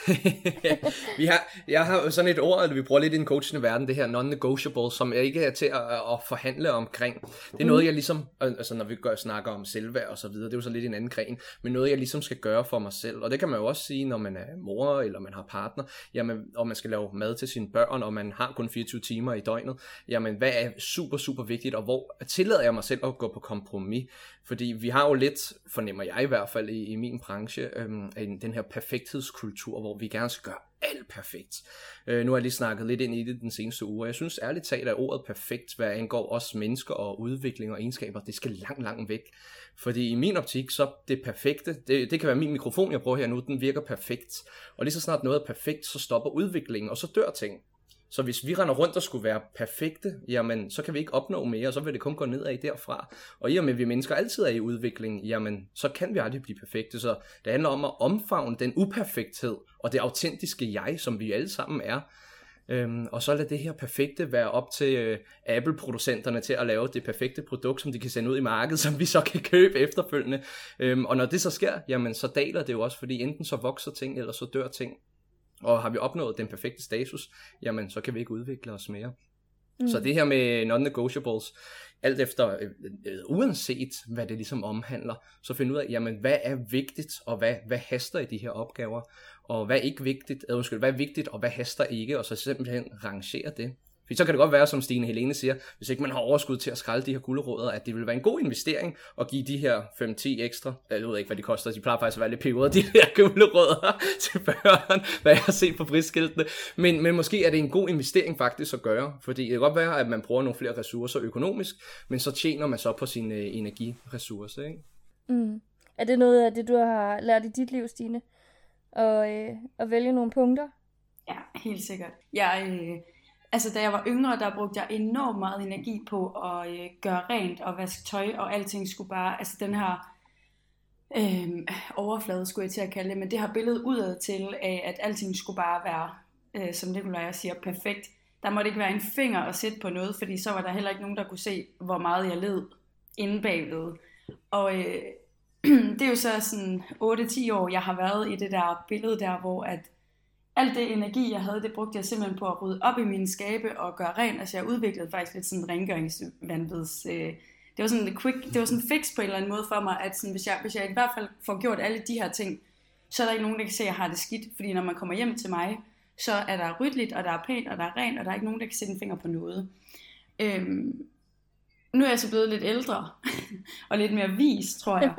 vi har, jeg har sådan et ord, eller vi bruger lidt i den coachende verden, det her non-negotiable, som jeg ikke er til at, at forhandle omkring. Det er noget, jeg ligesom, altså når vi gør, snakker om selvværd og så videre, det er jo så lidt en anden gren, men noget, jeg ligesom skal gøre for mig selv. Og det kan man jo også sige, når man er mor, eller man har partner, jamen, og man skal lave mad til sine børn, og man har kun fireogtyve timer i døgnet. Jamen, hvad er super, super vigtigt, og hvor tillader jeg mig selv at gå på kompromis? Fordi vi har jo lidt, fornemmer jeg i hvert fald i, i min branche, øhm, den her perfekthedskultur, hvor vi gerne skal gøre alt perfekt. Øh, nu har jeg lige snakket lidt ind i det den seneste uge, og jeg synes ærligt talt, at ordet perfekt, hvad angår os mennesker og udvikling og egenskaber, det skal langt, langt væk. Fordi i min optik, så det perfekte, det, det kan være min mikrofon, jeg bruger her nu, den virker perfekt. Og lige så snart noget er perfekt, så stopper udviklingen, og så dør ting. Så hvis vi render rundt og skulle være perfekte, jamen så kan vi ikke opnå mere, og så vil det kun gå nedad derfra. Og i og med at vi mennesker altid er i udvikling, jamen så kan vi aldrig blive perfekte. Så det handler om at omfavne den uperfekthed og det autentiske jeg, som vi alle sammen er. Øhm, og så lade det her perfekte være op til øh, Apple-producenterne til at lave det perfekte produkt, som de kan sende ud i markedet, som vi så kan købe efterfølgende. Øhm, og når det så sker, jamen så daler det jo også, fordi enten så vokser ting, eller så dør ting. Og har vi opnået den perfekte status, jamen så kan vi ikke udvikle os mere. Mm. Så det her med non-negotiables, alt efter, øh, øh, uanset hvad det ligesom omhandler, så finde ud af, jamen hvad er vigtigt, og hvad, hvad haster i de her opgaver, og hvad er ikke vigtigt, øh, undskyld, hvad er vigtigt, og hvad haster ikke, og så simpelthen rangere det. For så kan det godt være, som Stine Helene siger, hvis ikke man har overskud til at skralde de her gulerødder, at det vil være en god investering at give de her fem til ti ekstra, jeg ved ikke, hvad de koster, de plejer faktisk at være lidt peberede, de her gulerødder til børn, hvad jeg har set på prisskiltene, men, men måske er det en god investering faktisk at gøre, fordi det kan godt være, at man bruger nogle flere ressourcer økonomisk, men så tjener man så på sine øh, energiressourcer, ikke? Mm. Er det noget af det, du har lært i dit liv, Stine? Og, øh, at vælge nogle punkter? Ja, helt sikkert. Jeg... Øh... Altså, da jeg var yngre, der brugte jeg enormt meget energi på at øh, gøre rent og vaske tøj, og alting skulle bare, altså den her øh, overflade, skulle jeg til at kalde det, men det her billede udad til, af, at alting skulle bare være, øh, som Nikolaj siger, perfekt. Der måtte ikke være en finger at sætte på noget, fordi så var der heller ikke nogen, der kunne se, hvor meget jeg led inde bagved. Og øh, det er jo så sådan otte til ti år, jeg har været i det der billede der, hvor at alt det energi, jeg havde, det brugte jeg simpelthen på at rydde op i mine skabe og gøre rent. Altså jeg udviklede faktisk lidt sådan en rengøringsvanvids. Øh, det var sådan en quick, det var sådan en fix på en eller anden måde for mig, at sådan, hvis, jeg, hvis jeg i hvert fald får gjort alle de her ting, så er der ikke nogen, der kan se, at jeg har det skidt. Fordi når man kommer hjem til mig, så er der ryddeligt, og der er pænt, og der er rent, og der er ikke nogen, der kan sætte en finger på noget. Øhm, nu er jeg så blevet lidt ældre, og lidt mere vis, tror jeg.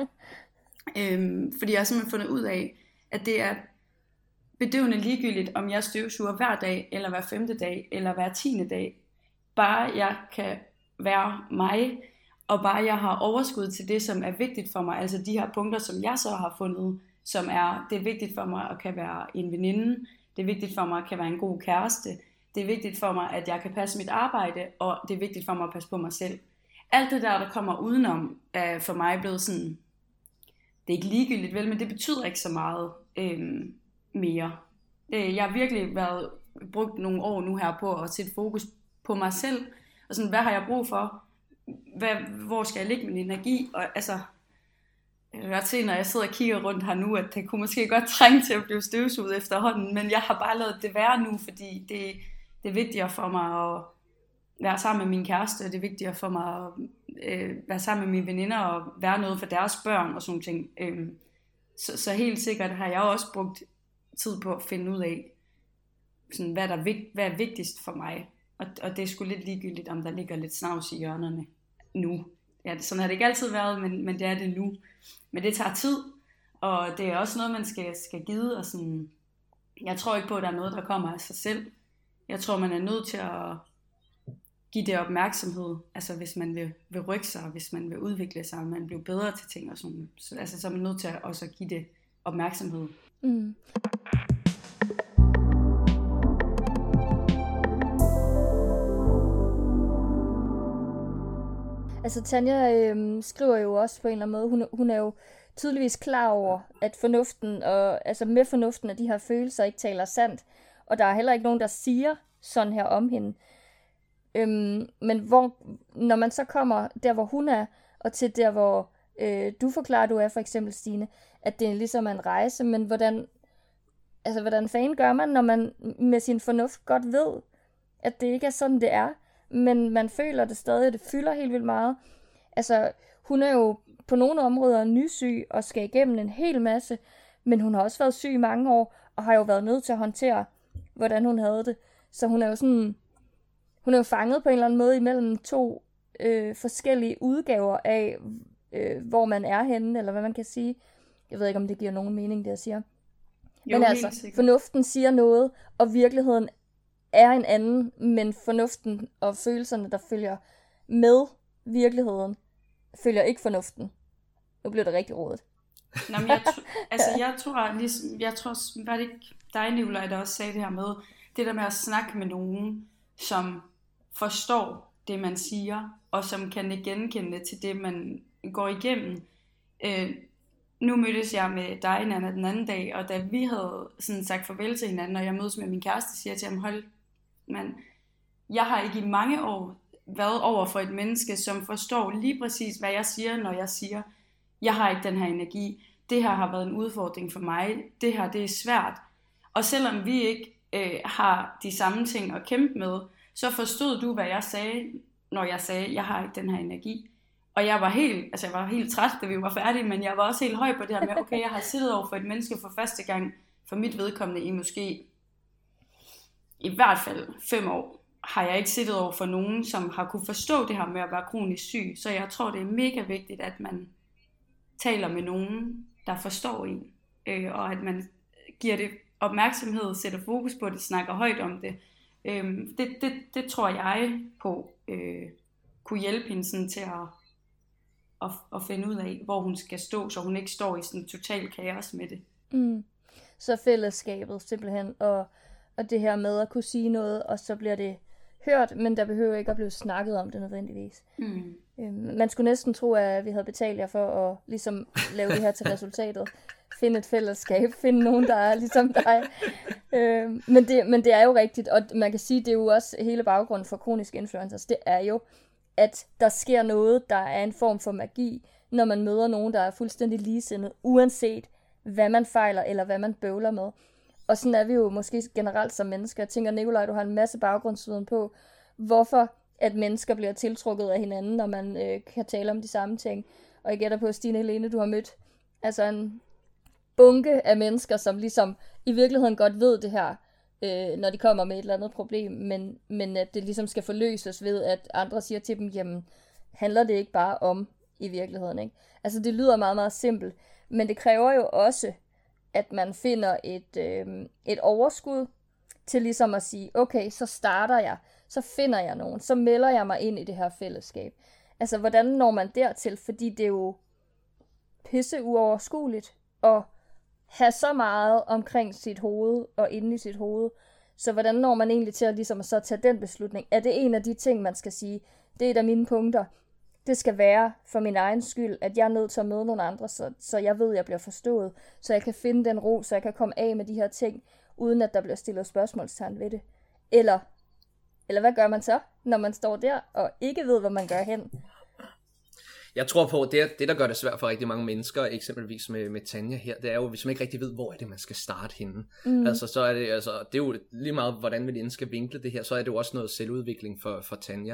øhm, fordi jeg har simpelthen fundet ud af, at det er bedøvende ligegyldigt, om jeg støvsuger hver dag, eller hver femte dag, eller hver tiende dag. Bare jeg kan være mig, og bare jeg har overskud til det, som er vigtigt for mig, altså de her punkter, som jeg så har fundet, som er, det er vigtigt for mig at kan være en veninde, det er vigtigt for mig at kan være en god kæreste, Det er vigtigt for mig, at jeg kan passe mit arbejde, og det er vigtigt for mig at passe på mig selv. Alt det der, der kommer udenom, er for mig blevet sådan, det er ikke ligegyldigt vel, men det betyder ikke så meget øhm, mere. Jeg har virkelig været brugt nogle år nu her på at sætte fokus på mig selv, og sådan, hvad har jeg brug for? Hvad, hvor skal jeg lægge min energi? Og altså, jeg kan godt se, når jeg sidder og kigger rundt her nu, at det kunne måske godt trænge til at blive støvsuget efterhånden, men jeg har bare lavet det være nu, fordi det, det er vigtigere for mig at være sammen med min kæreste, det er vigtigere for mig at øh, være sammen med mine veninder og være noget for deres børn og sådan ting. Øh, så, så helt sikkert har jeg også brugt tid på at finde ud af, sådan, hvad, der er vigt, hvad er vigtigst for mig. Og, og det er sgu lidt ligegyldigt, om der ligger lidt snavs i hjørnerne nu. Ja, sådan har det ikke altid været, men, men det er det nu. Men det tager tid, og det er også noget, man skal, skal give. Og sådan, jeg tror ikke på, at der er noget, der kommer af sig selv. Jeg tror, man er nødt til at give det opmærksomhed. Altså hvis man vil, vil rykke sig, hvis man vil udvikle sig, og man bliver bedre til ting og sådan. Så, altså, så er man nødt til at også at give det opmærksomhed. Mm. Altså Tanja øh, skriver jo også på en eller anden måde, hun, hun er jo tydeligvis klar over, at fornuften, og, altså med fornuften af de her følelser ikke taler sandt, og der er heller ikke nogen, der siger sådan her om hende. Øhm, men hvor, når man så kommer der, hvor hun er, og til der, hvor øh, du forklarer, du er for eksempel, Stine, at det ligesom er en rejse, men hvordan, altså, hvordan fanden gør man, når man med sin fornuft godt ved, at det ikke er sådan, det er, men man føler det stadig, det fylder helt vildt meget. Altså, hun er jo på nogle områder nysyg og skal igennem en hel masse, men hun har også været syg i mange år, og har jo været nødt til at håndtere, hvordan hun havde det. Så hun er jo sådan, hun er jo fanget på en eller anden måde imellem to øh, forskellige udgaver af, øh, hvor man er henne, eller hvad man kan sige. Jeg ved ikke, om det giver nogen mening, det jeg siger. Jo, men altså, sikkert. Fornuften siger noget, og virkeligheden er en anden, men fornuften og følelserne, der følger med virkeligheden, følger ikke fornuften. Nu bliver det rigtig rodet. Nå, men jeg, tr- altså, jeg tror, ligesom, jeg tror, var det ikke dig, Nicolaj, der også sagde det her med, det der med at snakke med nogen, som forstår det, man siger, og som kan genkende til det, man går igennem. Øh, nu mødtes jeg med dig, Nana, den anden dag, og da vi havde sådan sagt farvel til hinanden, og jeg mødes med min kæreste, siger jeg til ham, hold, man, jeg har ikke i mange år været over for et menneske, som forstår lige præcis, hvad jeg siger, når jeg siger, jeg har ikke den her energi, det her har været en udfordring for mig, det her, det er svært. Og selvom vi ikke øh, har de samme ting at kæmpe med, så forstod du, hvad jeg sagde, når jeg sagde, jeg har ikke den her energi. Og jeg var helt, altså jeg var helt træt, da vi var færdige, men jeg var også helt høj på det her med, okay, jeg har siddet over for et menneske for første gang, for mit vedkommende i måske, i hvert fald fem år, har jeg ikke siddet over for nogen, som har kunne forstå det her med at være kronisk syg. Så jeg tror, det er mega vigtigt, at man taler med nogen, der forstår en, øh, og at man giver det opmærksomhed, sætter fokus på det, snakker højt om det. Øh, det, det, det tror jeg på øh, kunne hjælpe hende sådan til at, at, at finde ud af, hvor hun skal stå, så hun ikke står i sådan total kaos med det. Mm. Så fællesskabet simpelthen, og, og det her med at kunne sige noget, og så bliver det hørt, men der behøver ikke at blive snakket om det nødvendigvis. Mm. Øhm, man skulle næsten tro, at vi havde betalt jer for at ligesom lave det her til resultatet. Finde et fællesskab, finde nogen, der er ligesom dig. Øhm, men, det, men det er jo rigtigt, og man kan sige, det er jo også hele baggrunden for kroniske influencers, det er jo, at der sker noget, der er en form for magi, når man møder nogen, der er fuldstændig ligesindet, uanset hvad man fejler, eller hvad man bøvler med. Og sådan er vi jo måske generelt som mennesker. Jeg tænker, Nicolaj, du har en masse baggrundsviden på, hvorfor at mennesker bliver tiltrukket af hinanden, når man øh, kan tale om de samme ting. Og jeg gætter på, Stine Helene, du har mødt altså en bunke af mennesker, som ligesom i virkeligheden godt ved det her, øh, når de kommer med et eller andet problem, men, men at det ligesom skal forløses ved, at andre siger til dem, jamen, handler det ikke bare om i virkeligheden, ikke? Altså det lyder meget, meget simpelt, men det kræver jo også, at man finder et, øh, et overskud til ligesom at sige, okay, så starter jeg, så finder jeg nogen, så melder jeg mig ind i det her fællesskab. Altså, hvordan når man dertil? Fordi det er jo pisse uoverskueligt at have så meget omkring sit hoved og inde i sit hoved, Så hvordan når man egentlig til at, ligesom, at så tage den beslutning? Er det en af de ting, man skal sige, det er et af mine punkter, det skal være for min egen skyld, at jeg er nødt til at møde nogle andre, så, så jeg ved, at jeg bliver forstået, så jeg kan finde den ro, så jeg kan komme af med de her ting, uden at der bliver stillet spørgsmålstegn ved det. Eller, eller hvad gør man så, når man står der og ikke ved, hvad man gør hen? Jeg tror på, at det, det, der gør det svært for rigtig mange mennesker, eksempelvis med, med Tanja her, det er jo, hvis man ikke rigtig ved, hvor er det, man skal starte henne. Mm. Altså, så er det, altså, det er jo lige meget, hvordan vi skal vinkle det her, så er det jo også noget selvudvikling for, for Tanja.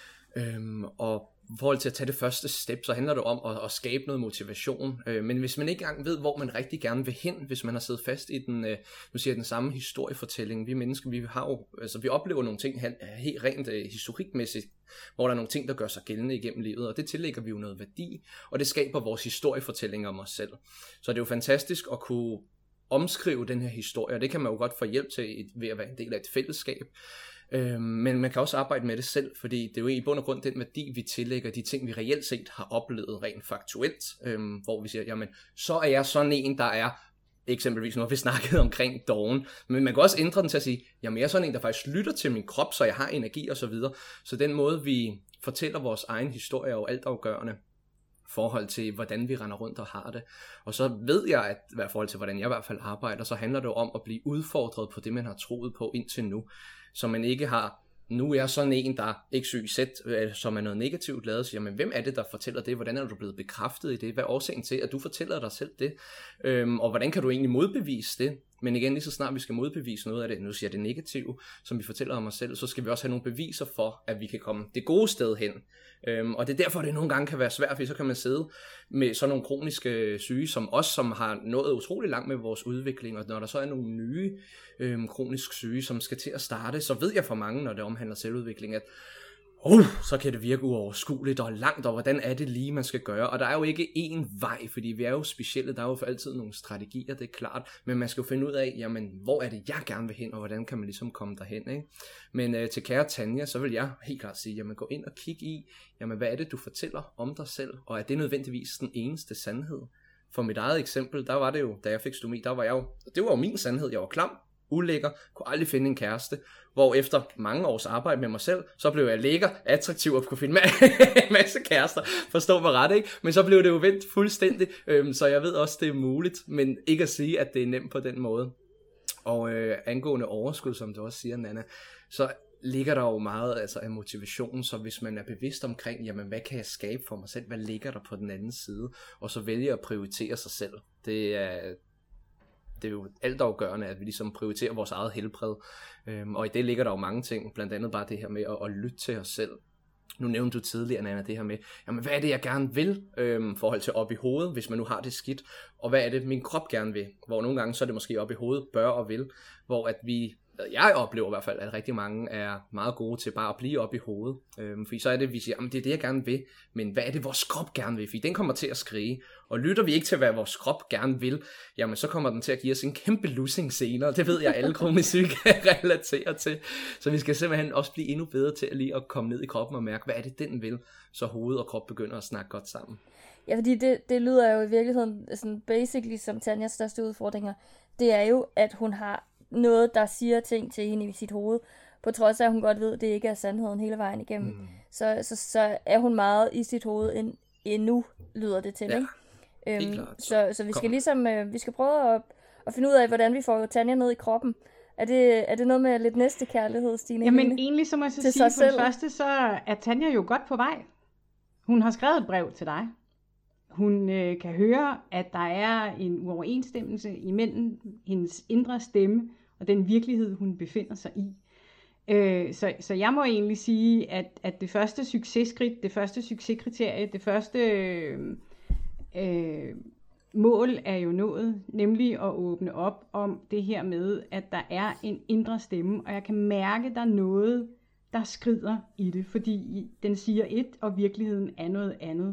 Øhm, og i forhold til at tage det første step, så handler det om at, at skabe noget motivation. Øh, men hvis man ikke engang ved, hvor man rigtig gerne vil hen, hvis man har siddet fast i den, øh, nu siger jeg, den samme historiefortælling, vi mennesker, vi har jo, altså vi oplever nogle ting helt rent øh, historikmæssigt, hvor der er nogle ting, der gør sig gældende igennem livet, og det tillægger vi jo noget værdi, og det skaber vores historiefortælling om os selv. Så det er jo fantastisk at kunne omskrive den her historie, og det kan man jo godt få hjælp til ved at være en del af et fællesskab. Øhm, men man kan også arbejde med det selv, fordi det er jo i bund og grund den værdi, vi tillægger de ting, vi reelt set har oplevet rent faktuelt, øhm, hvor vi siger, jamen, så er jeg sådan en, der er, eksempelvis nu har vi snakket omkring doven, men man kan også ændre den til at sige, jamen jeg er sådan en, der faktisk lytter til min krop, så jeg har energi og så videre. Så den måde, vi fortæller vores egen historie, er jo altafgørende forhold til, hvordan vi render rundt og har det. Og så ved jeg, at i hvert forhold til, hvordan jeg i hvert fald arbejder, så handler det jo om at blive udfordret på det, man har troet på indtil nu. Så man ikke har, nu er jeg sådan en, der ikke syg sæt, som er noget negativt lavet, så jamen, hvem er det, der fortæller det? Hvordan er du blevet bekræftet i det? Hvad er årsagen til, at du fortæller dig selv det? Øhm, og hvordan kan du egentlig modbevise det? Men igen, lige så snart vi skal modbevise noget af det, nu siger jeg det negative, som vi fortæller om os selv, så skal vi også have nogle beviser for, at vi kan komme det gode sted hen. Øhm, og det er derfor, det nogle gange kan være svært, fordi så kan man sidde med sådan nogle kroniske syge, som os, som har nået utrolig langt med vores udvikling, og når der så er nogle nye øhm, kronisk syge, som skal til at starte, så ved jeg for mange, når det omhandler selvudvikling, at Uh, så kan det virke uoverskueligt og langt, og hvordan er det lige, man skal gøre? Og der er jo ikke én vej, fordi vi er jo specielle, der er jo for altid nogle strategier, det er klart, men man skal jo finde ud af, jamen, hvor er det, jeg gerne vil hen, og hvordan kan man ligesom komme derhen, ikke? Men øh, til kære Tanja, så vil jeg helt klart sige, jamen, gå ind og kig i, jamen, hvad er det, du fortæller om dig selv, og er det nødvendigvis den eneste sandhed? For mit eget eksempel, der var det jo, da jeg fik stomi, der var jeg jo, det var jo min sandhed, jeg var klam, ulækker, kunne aldrig finde en kæreste, hvor efter mange års arbejde med mig selv, så blev jeg lækker, attraktiv og kunne finde en masse kærester, forstå mig ret, ikke? Men så blev det jo vendt fuldstændig, øhm, så jeg ved også, det er muligt, men ikke at sige, at det er nemt på den måde. Og øh, angående overskud, som du også siger, Nanna, så ligger der jo meget altså, af motivation, så hvis man er bevidst omkring, jamen hvad kan jeg skabe for mig selv, hvad ligger der på den anden side, og så vælger at prioritere sig selv, det er... Det er jo altafgørende, at vi ligesom prioriterer vores eget helbred, øhm, og i det ligger der jo mange ting, blandt andet bare det her med at, at lytte til os selv. Nu nævnte du tidligere, Nanna, det her med, jamen hvad er det, jeg gerne vil, øhm, forhold til op i hovedet, hvis man nu har det skidt, og hvad er det, min krop gerne vil, hvor nogle gange så er det måske op i hovedet, bør og vil, hvor at vi, jeg oplever i hvert fald, at rigtig mange er meget gode til bare at blive op i hovedet, øhm, fordi så er det, vi siger, jamen det er det, jeg gerne vil, men hvad er det, vores krop gerne vil, fordi den kommer til at skrige, og lytter vi ikke til, hvad vores krop gerne vil, jamen så kommer den til at give os en kæmpe lussing senere, det ved jeg, alle kronisk syge kan relatere til, så vi skal simpelthen også blive endnu bedre til at lige at komme ned i kroppen og mærke, hvad er det, den vil, så hoved og krop begynder at snakke godt sammen. Ja, fordi det, det lyder jo i virkeligheden sådan basically som Tanjas største udfordringer, det er jo, at hun har noget, der siger ting til hende i sit hoved, på trods af, at hun godt ved, at det ikke er sandheden hele vejen igennem. Mm. Så, så, så er hun meget i sit hoved end, endnu, lyder det til, ja, ikke? Øhm, klart, så, så, så vi skal Kom. ligesom, øh, vi skal prøve at, at finde ud af, hvordan vi får Tanja ned i kroppen. Er det, er det noget med lidt næstekærlighed, Stine? Jamen egentlig, så må jeg så sige, for det første, så er Tanja jo godt på vej. Hun har skrevet et brev til dig. Hun øh, kan høre, at der er en uoverensstemmelse imellem hendes indre stemme og den virkelighed, hun befinder sig i. Øh, så, så jeg må egentlig sige, at, at det første successkridt, det første succeskriterie, det første øh, øh, mål er jo nået, nemlig at åbne op om det her med, at der er en indre stemme, og jeg kan mærke, at der er noget, der skrider i det, fordi den siger et, og virkeligheden er noget andet.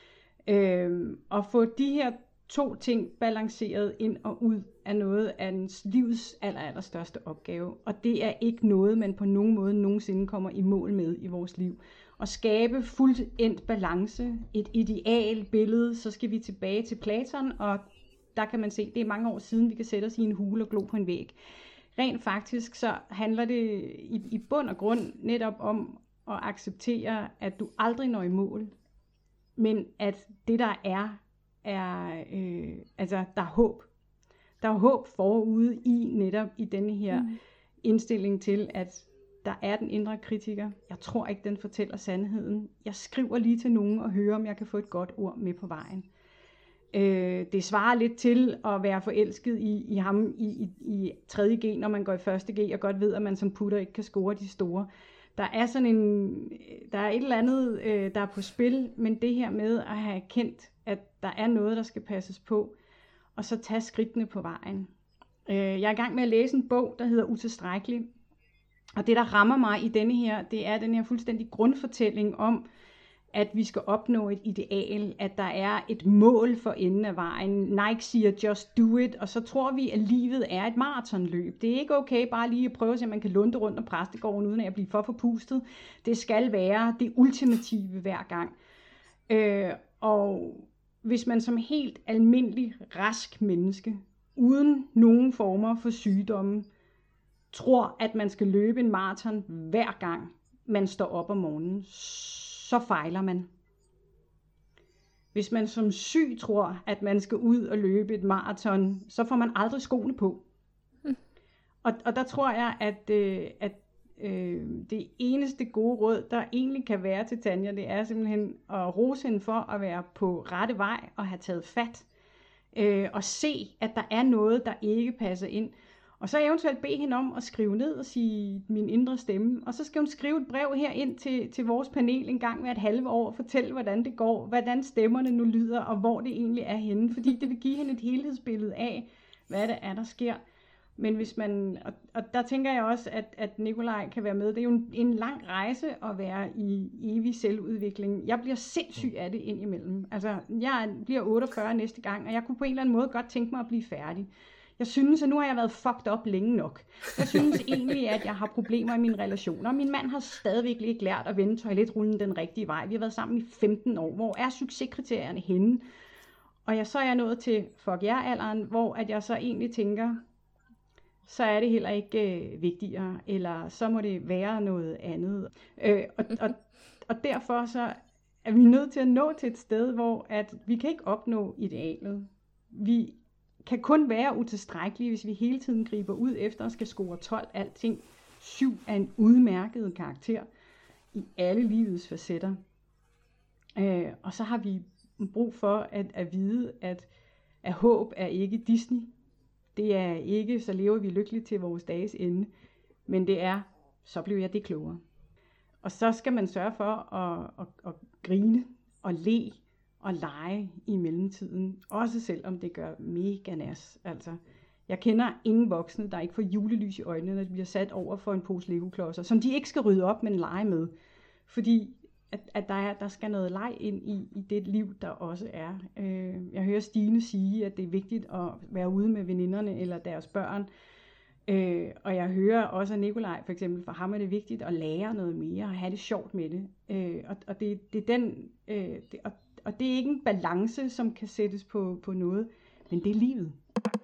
Øhm, at få de her to ting balanceret ind og ud er noget af ens livs aller, aller største opgave. Og det er ikke noget, man på nogen måde nogensinde kommer i mål med i vores liv. At skabe fuldendt balance, et ideal billede, så skal vi tilbage til Platon, og der kan man se, det er mange år siden, vi kan sætte os i en hule og glo på en væg. rent faktisk så handler det i, i bund og grund netop om at acceptere, at du aldrig når i mål, men at det der er, er øh, altså der er håb. Der er håb forude i netop i denne her mm. indstilling til, at der er den indre kritiker. Jeg tror ikke, den fortæller sandheden. Jeg skriver lige til nogen og hører, om jeg kan få et godt ord med på vejen. Øh, det svarer lidt til at være forelsket i, i ham i, i, i tredje G, når man går i første G, og godt ved, at man som putter ikke kan score de store. Der er sådan en, der er et eller andet, øh, der er på spil, men det her med at have erkendt, at der er noget, der skal passes på, og så tage skridtene på vejen. Øh, jeg er i gang med at læse en bog, der hedder Utilstrækkelig, og det, der rammer mig i denne her, det er den her fuldstændig grundfortælling om, at vi skal opnå et ideal, at der er et mål for enden af vejen. Nike siger, just do it, og så tror vi, at livet er et maratonløb. Det er ikke okay bare lige at prøve at se, om man kan lunde rundt om præstegården, uden at blive for forpustet. Det skal være det ultimative hver gang. Øh, og hvis man som helt almindelig, rask menneske, uden nogen former for sygdomme, tror, at man skal løbe en maraton hver gang, man står op om morgenen, så fejler man. Hvis man som syg tror, at man skal ud og løbe et maraton, så får man aldrig skoene på. Mm. Og, og der tror jeg, at, øh, at øh, det eneste gode råd, der egentlig kan være til Tanja, det er simpelthen at rose hende for at være på rette vej og have taget fat. Øh, og se, at der er noget, der ikke passer ind. Og så eventuelt bede hende om at skrive ned og sige min indre stemme. Og så skal hun skrive et brev her ind til, til vores panel en gang hver et halve år og fortælle, hvordan det går, hvordan stemmerne nu lyder, og hvor det egentlig er henne. Fordi det vil give hende et helhedsbillede af, hvad det er, der sker. Men hvis man, og, og der tænker jeg også, at, at Nikolaj kan være med. Det er jo en, en lang rejse at være i evig selvudvikling. Jeg bliver sindssyg af det indimellem. Altså, jeg bliver otteogfyrre næste gang, og jeg kunne på en eller anden måde godt tænke mig at blive færdig. Jeg synes, at nu har jeg været fucked up længe nok. Jeg synes egentlig, at jeg har problemer i mine relationer. Min mand har stadigvæk ikke lært at vende toiletrullen den rigtige vej. Vi har været sammen i femten år. Hvor er succeskriterierne henne? Og jeg, så er jeg nået til fuck jer-alderen, hvor at jeg så egentlig tænker, så er det heller ikke øh, vigtigere, eller så må det være noget andet. Øh, og, og, og derfor så er vi nødt til at nå til et sted, hvor at vi kan ikke opnå idealet. Vi kan kun være utilstrækkelige, hvis vi hele tiden griber ud efter og skal score tolv alting. syv er en udmærket karakter i alle livets facetter. Øh, og så har vi brug for at, at vide, at, at håb er ikke Disney. Det er ikke, så lever vi lykkeligt til vores dages ende. Men det er, så bliver jeg det klogere. Og så skal man sørge for at, at, at grine og le og lege i mellemtiden. Også selvom det gør mega nas. Altså, jeg kender ingen voksne, der ikke får julelys i øjnene, når de bliver sat over for en pose legoklodser, som de ikke skal rydde op, men lege med. Fordi at, at der, er, der skal noget leg ind i, i det liv, der også er. Øh, jeg hører Stine sige, at det er vigtigt at være ude med veninderne eller deres børn. Øh, og jeg hører også af Nikolaj, for eksempel, for ham er det vigtigt at lære noget mere og have det sjovt med det. Øh, og, og det, det er den... Øh, det, og, Og det er ikke en balance, som kan sættes på, på noget, men det er livet.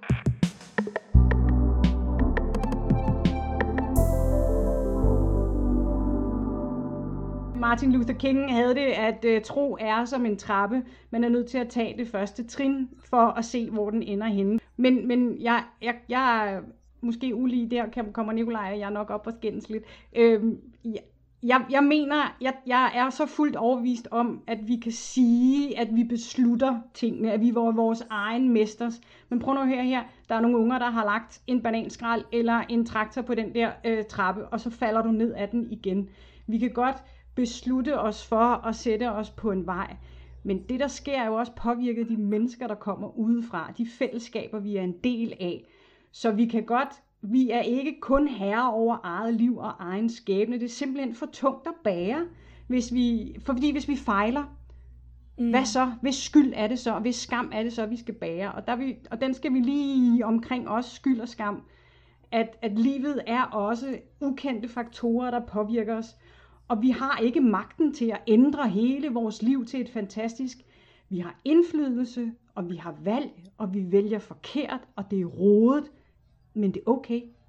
Martin Luther King havde det, at uh, tro er som en trappe. Man er nødt til at tage det første trin for at se, hvor den ender henne. Men, men jeg, jeg, jeg er måske ulige, der kommer Nikolaj og jeg nok op og skændes lidt. Øhm, jeg, Jeg, jeg mener, jeg, jeg er så fuldt overbevist om, at vi kan sige, at vi beslutter tingene, at vi er vores egen mesters. Men prøv nu at høre her, der er nogle unger, der har lagt en bananskrald eller en traktor på den der øh, trappe, og så falder du ned af den igen. Vi kan godt beslutte os for at sætte os på en vej, men det der sker er jo også påvirket de mennesker, der kommer udefra, de fællesskaber, vi er en del af. Så vi kan godt... Vi er ikke kun herre over eget liv og egen skæbne. Det er simpelthen for tungt at bære, hvis vi, fordi hvis vi fejler, mm. hvad så? Hvis skyld er det så? Hvis skam er det så, vi skal bære? Og, der vi, og den skal vi lige omkring os, skyld og skam. At, at livet er også ukendte faktorer, der påvirker os. Og vi har ikke magten til at ændre hele vores liv til et fantastisk. Vi har indflydelse, og vi har valg, og vi vælger forkert, og det er rodet. Men det er okay.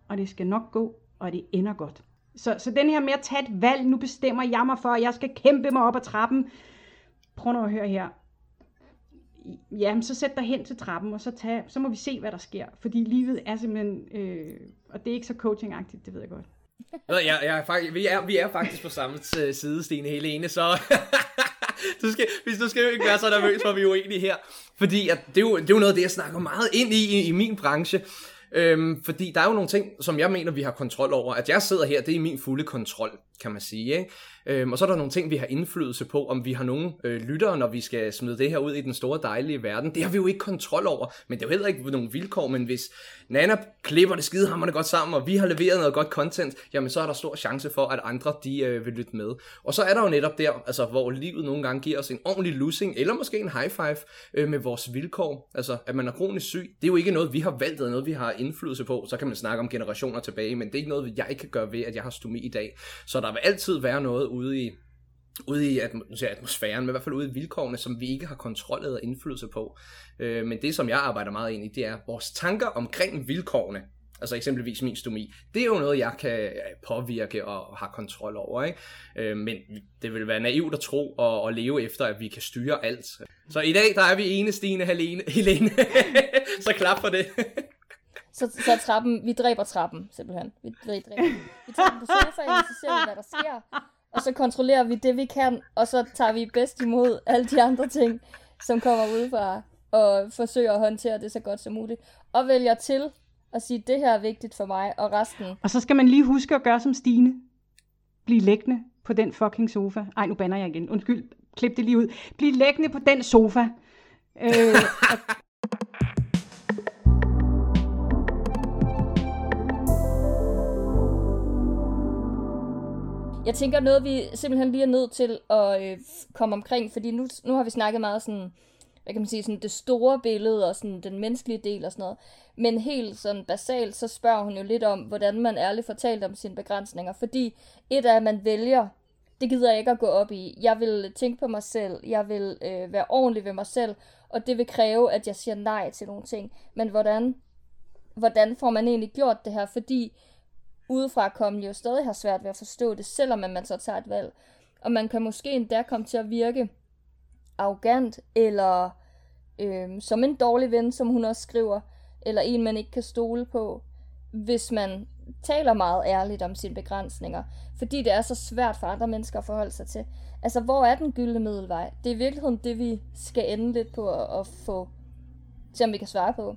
og det skal nok gå, og det ender godt. Så, så den her med at tage et valg, nu bestemmer jeg mig for, at jeg skal kæmpe mig op ad trappen. Prøv nu at høre her. Jamen, så sæt dig hen til trappen, og så, tag, så må vi se, hvad der sker. Fordi livet er simpelthen, øh, og det er ikke så coaching-agtigt, det ved jeg godt. Ja, jeg er faktisk, vi, er, vi er faktisk på samme side, Stine Helene, så du skal, hvis du skal jo ikke være så nervøs, for vi er uenige her. Fordi at det, er jo, det er jo noget af det, jeg snakker meget ind i, i, i min branche. Øhm, fordi der er jo nogle ting, som jeg mener, vi har kontrol over. At jeg sidder her, det er min fulde kontrol, kan man sige, ikke? Øhm, og så er der nogle ting, vi har indflydelse på, om vi har nogle øh, lyttere, når vi skal smide det her ud i den store dejlige verden. Det har vi jo ikke kontrol over, men det er jo heller ikke nogle vilkår. Men hvis Nana klipper det skidehamrende godt sammen, og vi har leveret noget godt content, jamen så er der stor chance for, at andre de øh, vil lytte med. Og så er der jo netop der, altså hvor livet nogle gange giver os en ordentlig losing, eller måske en high five øh, med vores vilkår. Altså at man er kronisk syg, det er jo ikke noget, vi har valgt, eller noget, vi har indflydelse på. Så kan man snakke om generationer tilbage, men det er ikke noget, jeg ikke kan gøre ved, at jeg har stomi i dag. Så der vil altid være noget ude i, ude i atmosfæren, men i hvert fald ude i vilkårene, som vi ikke har kontrol eller indflydelse på. Øh, men det, som jeg arbejder meget ind i, det er vores tanker omkring vilkårene. Altså eksempelvis min stomi. Det er jo noget, jeg kan påvirke og have kontrol over, ikke? Øh, men det vil være naivt at tro og, og leve efter, at vi kan styre alt. Så i dag, der er vi ene, Stine, Helene. Helene. Så klap for det. Så, så trappen, vi dræber trappen, simpelthen. Vi dræber, vi tager den på sofaen, så ser vi, hvad der sker. Og så kontrollerer vi det, vi kan, og så tager vi bedst imod alle de andre ting, som kommer udefra, og forsøger at håndtere det så godt som muligt. Og vælger til at sige, det her er vigtigt for mig, og resten... Og så skal man lige huske at gøre som Stine. Bliv liggende på den fucking sofa. Ej, nu bander jeg igen. Undskyld, klip det lige ud. Bliv liggende på den sofa. Øh, og... Jeg tænker noget, vi simpelthen lige er nødt til at øh, komme omkring, fordi nu, nu har vi snakket meget sådan, hvad kan man sige, sådan det store billede og sådan den menneskelige del og sådan noget. Men helt sådan basalt, så spørger hun jo lidt om, hvordan man ærligt fortalt om sine begrænsninger. Fordi et af, at man vælger, det gider jeg ikke at gå op i. Jeg vil tænke på mig selv, jeg vil øh, være ordentlig ved mig selv, og det vil kræve, at jeg siger nej til nogle ting. Men hvordan, hvordan får man egentlig gjort det her? Fordi udefra komme jo stadig har svært ved at forstå det, selvom man så tager et valg. Og man kan måske endda komme til at virke arrogant, eller øh, som en dårlig ven, som hun også skriver, eller en, man ikke kan stole på, hvis man taler meget ærligt om sine begrænsninger. Fordi det er så svært for andre mennesker at forholde sig til. Altså, hvor er den gyldne middelvej? Det er i virkeligheden det, vi skal ende lidt på at, at få, se om vi kan svare på.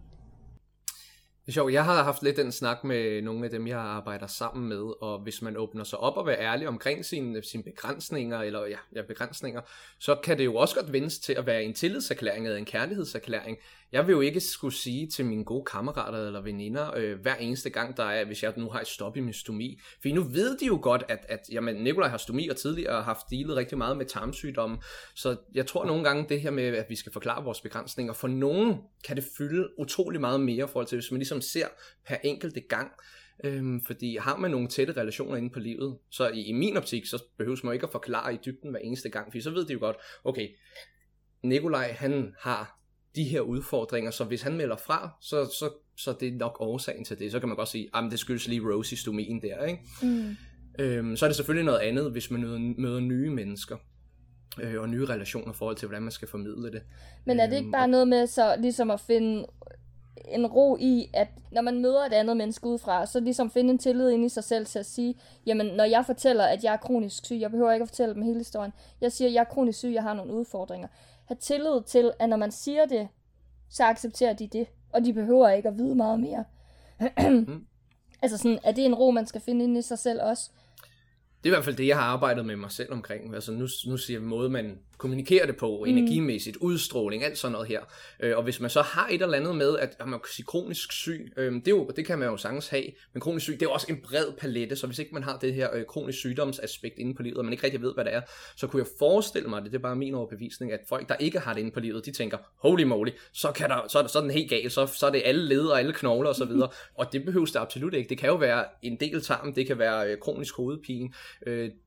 Det er sjovt, jeg har haft lidt den snak med nogle af dem, jeg arbejder sammen med, og hvis man åbner sig op og være ærlig omkring sine, sine begrænsninger, eller ja, ja, begrænsninger, så kan det jo også godt vendes til at være en tillidserklæring eller en kærlighedserklæring. Jeg vil jo ikke skulle sige til mine gode kammerater eller veninder, øh, hver eneste gang, der er, hvis jeg nu har et stop i min stomi. For nu ved de jo godt, at, at jamen, Nikolaj har stomi og tidligere har haft dealet rigtig meget med tarmsygdomme. Så jeg tror nogle gange det her med, at vi skal forklare vores begrænsninger, for nogen kan det fylde utrolig meget mere i forhold til, hvis man ligesom ser per enkelte gang. Øhm, fordi har man nogle tætte relationer inde på livet, så i, i min optik, så behøves man ikke at forklare i dybden hver eneste gang, for så ved de jo godt, okay, Nikolaj han har de her udfordringer, så hvis han melder fra, så, så, så det er nok årsagen til det. Så kan man godt sige, at det skyldes lige Rosie-stomien der, ikke? Mm. Øhm, så er det selvfølgelig noget andet, hvis man møder, møder nye mennesker øh, og nye relationer i forhold til, hvordan man skal formidle det. Men er det ikke bare noget med så ligesom at finde en ro i, at når man møder et andet menneske udefra, så ligesom finde en tillid ind i sig selv til at sige, jamen når jeg fortæller, at jeg er kronisk syg, jeg behøver ikke at fortælle dem hele historien. Jeg siger, at jeg er kronisk syg, jeg har nogle udfordringer. Have tillid til, at når man siger det, så accepterer de det, og de behøver ikke at vide meget mere. mm. Altså sådan, er det en ro, man skal finde ind i sig selv også? Det er i hvert fald det, jeg har arbejdet med mig selv omkring. Altså nu, nu siger jeg måde, man kommunikerer det på, mm. energimæssigt, udstråling, alt sådan noget her. Øh, og hvis man så har et eller andet med, at, at man kan sige kronisk syg, øh, det, er jo, det kan man jo sagtens have, men kronisk syg, det er jo også en bred palette, så hvis ikke man har det her øh, kronisk sygdomsaspekt inde på livet, og man ikke rigtig ved, hvad det er, så kunne jeg forestille mig, det, det er bare min overbevisning, at folk, der ikke har det inde på livet, de tænker, holy moly, så, kan der, så, er, det, så er den helt galt, så, så er det alle led og alle knogler og så videre, og det behøves det absolut ikke. Det kan jo være en del tarm, det kan være øh, kronisk hovedpine, øh,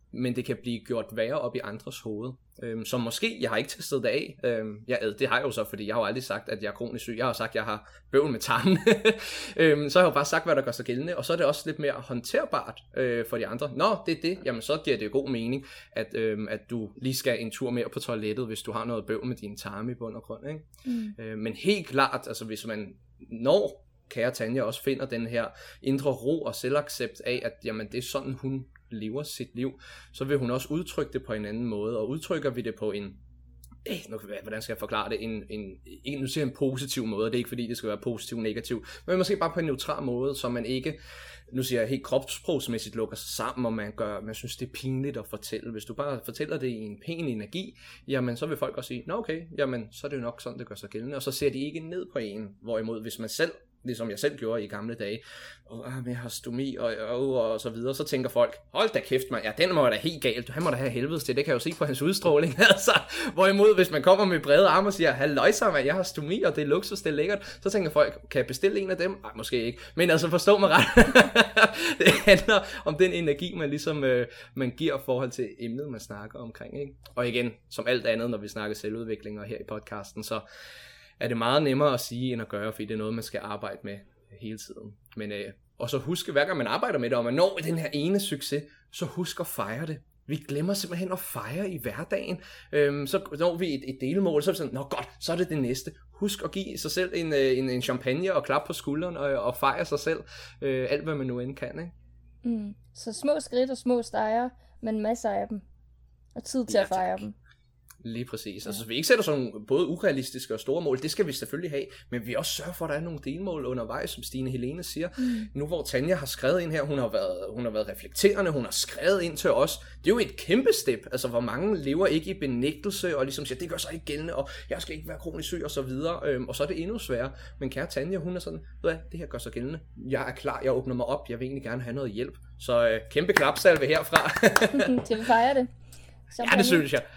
men det kan blive gjort værre op i andres hoved. Øhm, så måske, jeg har ikke testet det af, øhm, ja, det har jeg jo så, fordi jeg har jo aldrig sagt, at jeg er kronisk syg, jeg har sagt, at jeg har bøvl med tarmen, øhm, så har jeg jo bare sagt, hvad der gør sig gældende, og så er det også lidt mere håndterbart øh, for de andre. Nå, det er det, jamen så giver det jo god mening, at, øhm, at du lige skal en tur mere på toilettet, hvis du har noget bøvl med din tarme i bund og grund, ikke? Mm. Øh, men helt klart, altså hvis man når kære Tanja også finder den her indre ro og selvaccept af, at jamen, det er sådan, hun lever sit liv, så vil hun også udtrykke det på en anden måde, og udtrykker vi det på en, eh, nu, hvordan skal jeg forklare det, en, en, en, nu siger jeg en positiv måde, det er ikke fordi, det skal være positiv og negativ, men måske bare på en neutral måde, så man ikke, nu siger jeg helt kropssprogsmæssigt, lukker sig sammen, og man, gør, man synes, det er pinligt at fortælle. Hvis du bare fortæller det i en pæn energi, jamen så vil folk også sige, nå okay, jamen så er det jo nok sådan, det gør sig gældende, og så ser de ikke ned på en, hvorimod hvis man selv, ligesom jeg selv gjorde i gamle dage, og oh, jeg har stomi og, og, og så videre, så tænker folk, hold da kæft mand, ja den må da helt galt, han må da have helvedes til, det kan jeg jo se på hans udstråling, altså, hvorimod hvis man kommer med brede arme og siger, halløjsa mand, jeg har stomi, og det er luksus, det er lækkert, så tænker folk, kan jeg bestille en af dem? Nej, måske ikke, men altså forstå mig ret, det handler om den energi, man ligesom, øh, man giver i forhold til emnet, man snakker omkring, ikke? Og igen, som alt andet, når vi snakker selvudvikling og her i podcasten, så er det meget nemmere at sige end at gøre, fordi det er noget, man skal arbejde med hele tiden. Men, øh, og så huske, hver gang man arbejder med det, og man når den her ene succes, så husk at fejre det. Vi glemmer simpelthen at fejre i hverdagen. Øhm, så når vi et, et delmål, så er det sådan, nå godt, så er det det næste. Husk at give sig selv en, en, en champagne og klap på skulderen og, og fejre sig selv. Øh, alt, hvad man nu end kan, ikke? Mm. Så små skridt og små stejre, men masser af dem. Og tid til ja, at fejre tak. dem. Lige præcis. Altså, vi ikke sætter sådan nogle både urealistiske og store mål, det skal vi selvfølgelig have, men vi også sørger for, at der er nogle delmål undervejs, som Stine Helene siger. Mm. Nu hvor Tanja har skrevet ind her, hun har, været, hun har været reflekterende, hun har skrevet ind til os. Det er jo et kæmpe step. Altså, hvor mange lever ikke i benægtelse, og ligesom siger, det gør sig ikke gældende, og jeg skal ikke være kronisk syg, og så videre. Øhm, og så er det endnu sværere. Men kære Tanja, hun er sådan, ved du, det her gør sig gældende. Jeg er klar, jeg åbner mig op, jeg vil egentlig gerne have noget hjælp. Så øh, kæmpe klapsalve herfra. Til vi fejrer det. Så ja, det synes jeg.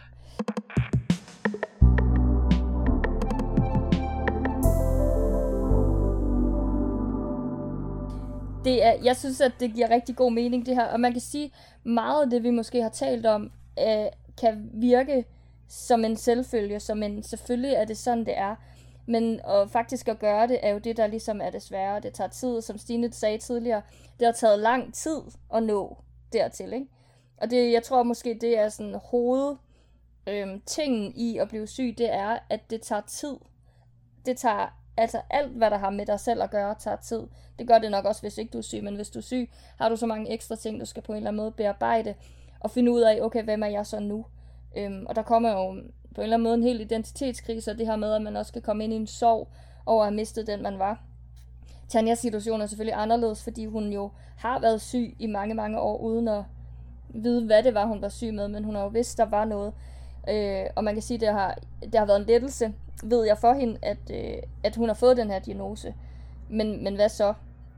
Det er, jeg synes, at det giver rigtig god mening, det her. Og man kan sige, meget af det, vi måske har talt om, øh, kan virke som en selvfølge, som en, selvfølgelig er det sådan, det er. Men og faktisk at gøre det, er jo det, der ligesom er det svære. Det tager tid, som Stine sagde tidligere. Det har taget lang tid at nå dertil, ikke? Og det, jeg tror måske, det er sådan hoved øh, tingen i at blive syg, det er, at det tager tid. Det tager Altså alt, hvad der har med dig selv at gøre, tager tid. Det gør det nok også, hvis ikke du er syg. Men hvis du er syg, har du så mange ekstra ting, du skal på en eller anden måde bearbejde. Og finde ud af, okay, hvem er jeg så nu? Øhm, og der kommer jo på en eller anden måde en hel identitetskrise. Og det her med, at man også skal komme ind i en sorg over at have mistet den, man var. Tanjas situation er selvfølgelig anderledes, fordi hun jo har været syg i mange, mange år, uden at vide, hvad det var, hun var syg med. Men hun har jo vidst, der var noget. Øh, og man kan sige, at det har, det har været en lettelse, ved jeg for hende, at, øh, at hun har fået den her diagnose. Men, men hvad så?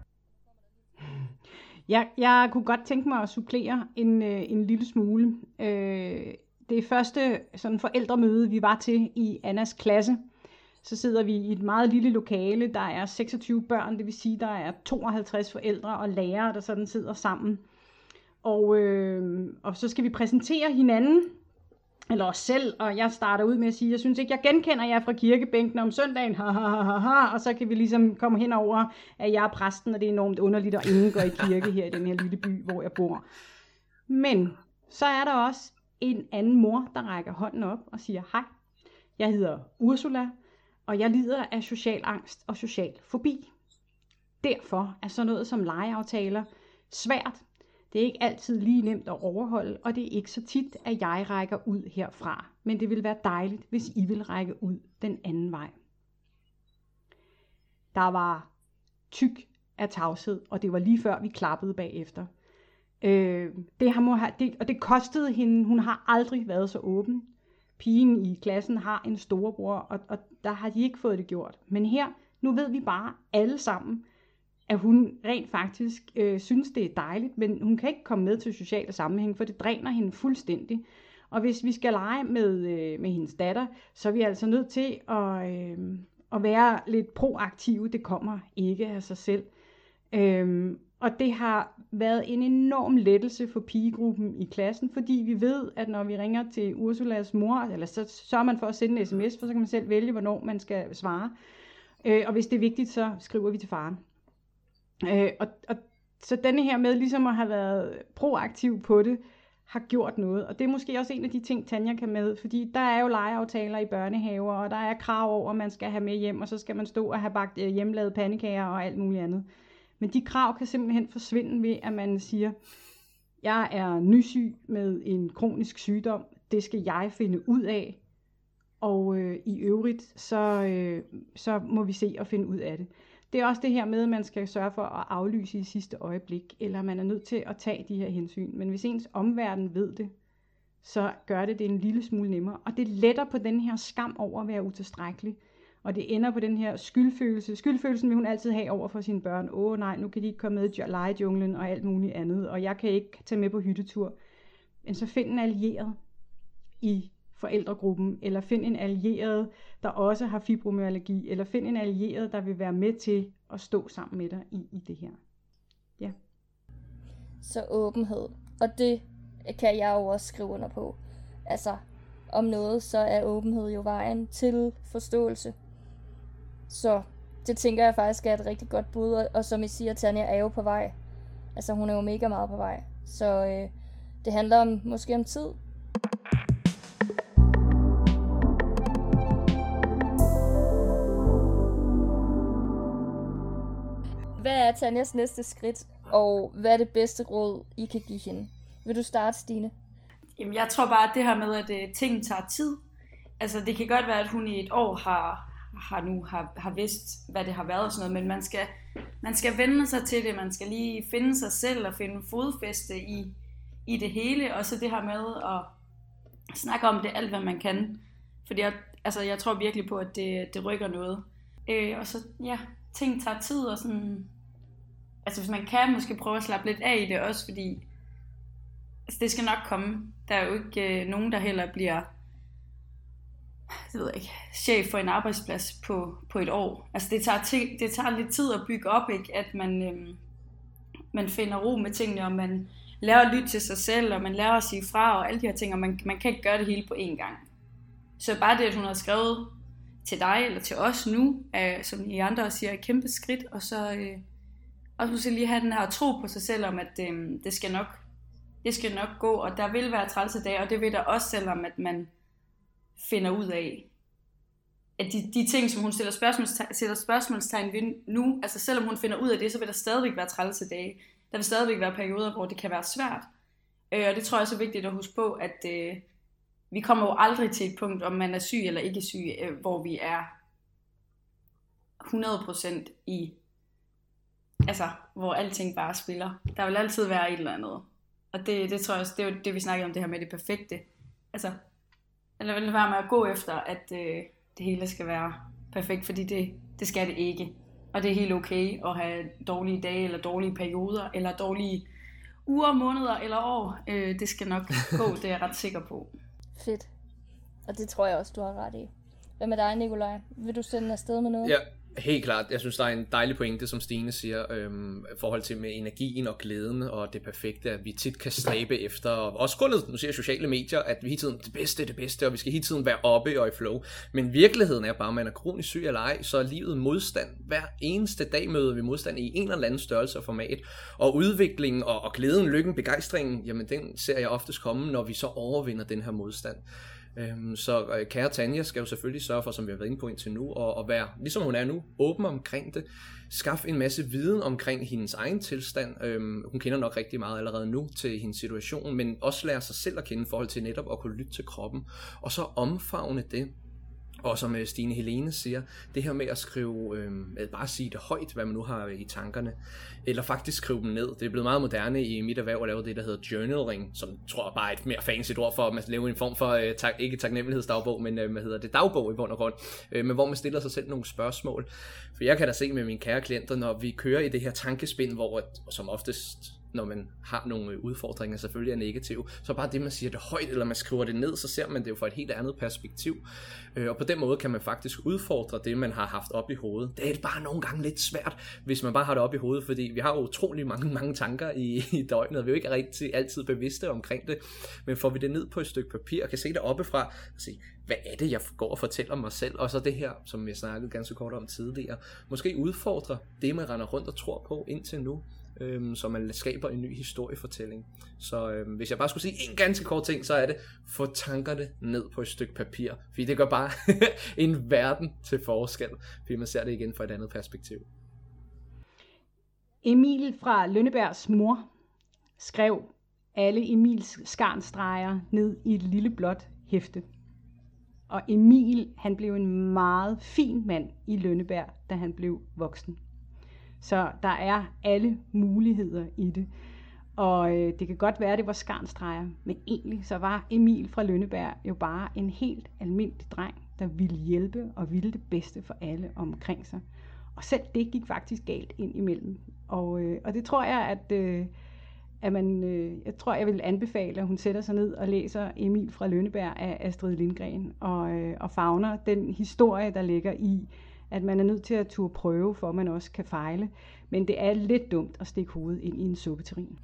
Jeg, jeg kunne godt tænke mig at supplere en, øh, en lille smule. Øh, det første sådan forældremøde, vi var til i Annas klasse, så sidder vi i et meget lille lokale. Der er seksogtyve børn, det vil sige, der er tooghalvtreds forældre og lærere, der sådan sidder sammen. Og, øh, og så skal vi præsentere hinanden, eller os selv, og jeg starter ud med at sige, jeg synes ikke, jeg genkender jer fra kirkebænken om søndagen, ha, ha, ha, ha, og så kan vi ligesom komme hen over, at jeg er præsten, og det er enormt underligt, og ingen går i kirke her i den her lille by, hvor jeg bor. Men så er der også en anden mor, der rækker hånden op og siger, hej, jeg hedder Ursula, og jeg lider af social angst og social fobi. Derfor er sådan noget som legeaftaler svært. Det er ikke altid lige nemt at overholde, og det er ikke så tit, at jeg rækker ud herfra. Men det vil være dejligt, hvis I vil række ud den anden vej. Der var tyk af tavshed, og det var lige før vi klappede bagefter. Øh, det, har, have, det, og det kostede hende, hun har aldrig været så åben. Pigen i klassen har en storebror, og, og der har de ikke fået det gjort. Men her, nu ved vi bare alle sammen, at hun rent faktisk øh, synes, det er dejligt, men hun kan ikke komme med til sociale sammenhæng, for det dræner hende fuldstændig. Og hvis vi skal lege med, øh, med hendes datter, så er vi altså nødt til at, øh, at være lidt proaktive. Det kommer ikke af sig selv. Øh, Og det har været en enorm lettelse for pigegruppen i klassen, fordi vi ved, at når vi ringer til Ursulas mor, eller så sørger man for at sende en sms, for så kan man selv vælge, hvornår man skal svare. Øh, og hvis det er vigtigt, så skriver vi til faren. Øh, og, og så denne her med ligesom at have været proaktiv på det, har gjort noget. Og det er måske også en af de ting, Tanja kan med, fordi der er jo legeaftaler i børnehaver, og der er krav over, at man skal have med hjem, og så skal man stå og have bagt hjemmelavet pandekager og alt muligt andet. Men de krav kan simpelthen forsvinde ved, at man siger, jeg er nysyg med en kronisk sygdom, det skal jeg finde ud af, og øh, i øvrigt, så, øh, så må vi se og finde ud af det. Det er også det her med, at man skal sørge for at aflyse i sidste øjeblik, eller man er nødt til at tage de her hensyn. Men hvis ens omverden ved det, så gør det det en lille smule nemmere. Og det letter på den her skam over at være utilstrækkelig. Og det ender på den her skyldfølelse. Skyldfølelsen vil hun altid have over for sine børn. Åh nej, nu kan de ikke komme med i legejunglen og alt muligt andet, og jeg kan ikke tage med på hyttetur. Men så find en allieret i forældregruppen, eller find en allieret, der også har fibromyalgi, eller find en allieret, der vil være med til at stå sammen med dig i, i det her. Ja. Så åbenhed. Og det kan jeg jo også skrive under på. Altså, om noget, så er åbenhed jo vejen til forståelse. Så det tænker jeg faktisk er et rigtig godt bud, og, og som I siger, Tanja er jo på vej. Altså, hun er jo mega meget på vej. Så øh, det handler om, måske om tid. Hvad er Tanjas næste skridt, og hvad er det bedste råd, I kan give hende? Vil du starte, Stine? Jamen, jeg tror bare, at det her med, at uh, ting tager tid. Altså, det kan godt være, at hun i et år har, har nu har, har vidst, hvad det har været og sådan noget, men man skal, man skal vende sig til det. Man skal lige finde sig selv og finde fodfæste i, i det hele. Og så det her med at snakke om det alt, hvad man kan. Fordi jeg, altså, jeg tror virkelig på, at det, det rykker noget. Øh, og så, ja, ting tager tid og sådan... Altså, hvis man kan måske prøve at slappe lidt af i det også, fordi altså, det skal nok komme. Der er jo ikke øh, nogen, der heller bliver det ved jeg ikke, chef for en arbejdsplads på, på et år. Altså, det tager, t- det tager lidt tid at bygge op, ikke? At man, øh, man finder ro med tingene, og man lærer at lytte til sig selv, og man lærer at sige fra, og alle de her ting, og man, man kan ikke gøre det hele på én gang. Så bare det, at hun har skrevet til dig, eller til os nu, er, som I andre siger, et kæmpe skridt, og så... Øh, Og så lige have den her tro på sig selv om, at øh, det, skal nok, det skal nok gå, og der vil være trælse dage, og det vil der også, selvom at man finder ud af, at de, de ting, som hun stiller spørgsmålstegn, stiller spørgsmålstegn ved nu, altså selvom hun finder ud af det, så vil der stadigvæk være trælse dage. Der vil stadigvæk være perioder, hvor det kan være svært. Øh, og det tror jeg også er vigtigt at huske på, at øh, vi kommer jo aldrig til et punkt, om man er syg eller ikke syg, øh, hvor vi er hundrede procent i... Altså, hvor alting bare spiller. Der vil altid være et eller andet. Og det, det tror jeg også, det er jo det, vi snakkede om, det her med det perfekte. Altså, eller vil det være med at gå efter, at øh, det hele skal være perfekt, fordi det, det skal det ikke. Og det er helt okay at have dårlige dage, eller dårlige perioder, eller dårlige uger, måneder eller år. Øh, det skal nok gå, det er jeg ret sikker på. Fedt. Og det tror jeg også, du har ret i. Hvad med dig, Nikolaj? Vil du sende afsted med noget? Ja, helt klart. Jeg synes, der er en dejlig pointe, som Stine siger, øhm, i forhold til med energien og glæden og det perfekte, at vi tit kan stræbe efter, og også grundet, nu siger jeg, sociale medier, at vi hele tiden det bedste, det bedste, og vi skal hele tiden være oppe og i flow. Men virkeligheden er bare, at man er kronisk syg eller ej, så er livet modstand. Hver eneste dag møder vi modstand i en eller anden størrelse og format, og udviklingen og, og glæden, lykken, begejstringen, jamen den ser jeg oftest komme, når vi så overvinder den her modstand. Øhm, så øh, kære Tanja skal jo selvfølgelig sørge for, som vi har været inde på indtil nu, og, og være, ligesom hun er nu, åben omkring det. Skaf en masse viden omkring hendes egen tilstand. Øhm, hun kender nok rigtig meget allerede nu til hendes situation, men også lære sig selv at kende i forhold til netop at kunne lytte til kroppen, og så omfavne det. Og som Stine Helene siger, det her med at skrive, øh, bare sige det højt, hvad man nu har i tankerne, eller faktisk skrive dem ned. Det er blevet meget moderne i mit erhverv at lave det, der hedder journaling, som tror jeg bare er et mere fancy ord for, at man laver en form for, øh, tak, ikke taknemmelighedsdagbog, men øh, hvad hedder det, dagbog i bund og grund, øh, men hvor man stiller sig selv nogle spørgsmål. For jeg kan da se med mine kære klienter, når vi kører i det her tankespind, hvor, som oftest når man har nogle udfordringer, selvfølgelig er negative. Så bare det, man siger det højt, eller man skriver det ned, så ser man det jo fra et helt andet perspektiv. Og på den måde kan man faktisk udfordre det, man har haft op i hovedet. Det er bare nogle gange lidt svært, hvis man bare har det op i hovedet, fordi vi har jo utrolig mange, mange tanker i, i døgnet, og vi er jo ikke rigtig altid bevidste omkring det. Men får vi det ned på et stykke papir, og kan se det oppefra, og se, hvad er det, jeg går og fortæller mig selv, og så det her, som jeg snakkede ganske kort om tidligere, måske udfordre det, man render rundt og tror på indtil nu, øhm, så man skaber en ny historiefortælling. Så øhm, hvis jeg bare skulle sige en ganske kort ting, så er det, få tankerne ned på et stykke papir, fordi det gør bare en verden til forskel, fordi man ser det igen fra et andet perspektiv. Emil fra Lønnebergs mor skrev alle Emils skarnstreger ned i et lille blåt hæfte. Og Emil, han blev en meget fin mand i Lønneberg, da han blev voksen. Så der er alle muligheder i det. Og øh, det kan godt være, at det var skarnstreger, men egentlig så var Emil fra Lønneberg jo bare en helt almindelig dreng, der ville hjælpe og ville det bedste for alle omkring sig. Og selv det gik faktisk galt ind imellem. Og, øh, og det tror jeg, at... Øh, at man, øh, jeg tror, jeg vil anbefale, at hun sætter sig ned og læser Emil fra Lønneberg af Astrid Lindgren, og, øh, og favner den historie, der ligger i, at man er nødt til at turde prøve, for at man også kan fejle. Men det er lidt dumt at stikke hovedet ind i en suppeterrin.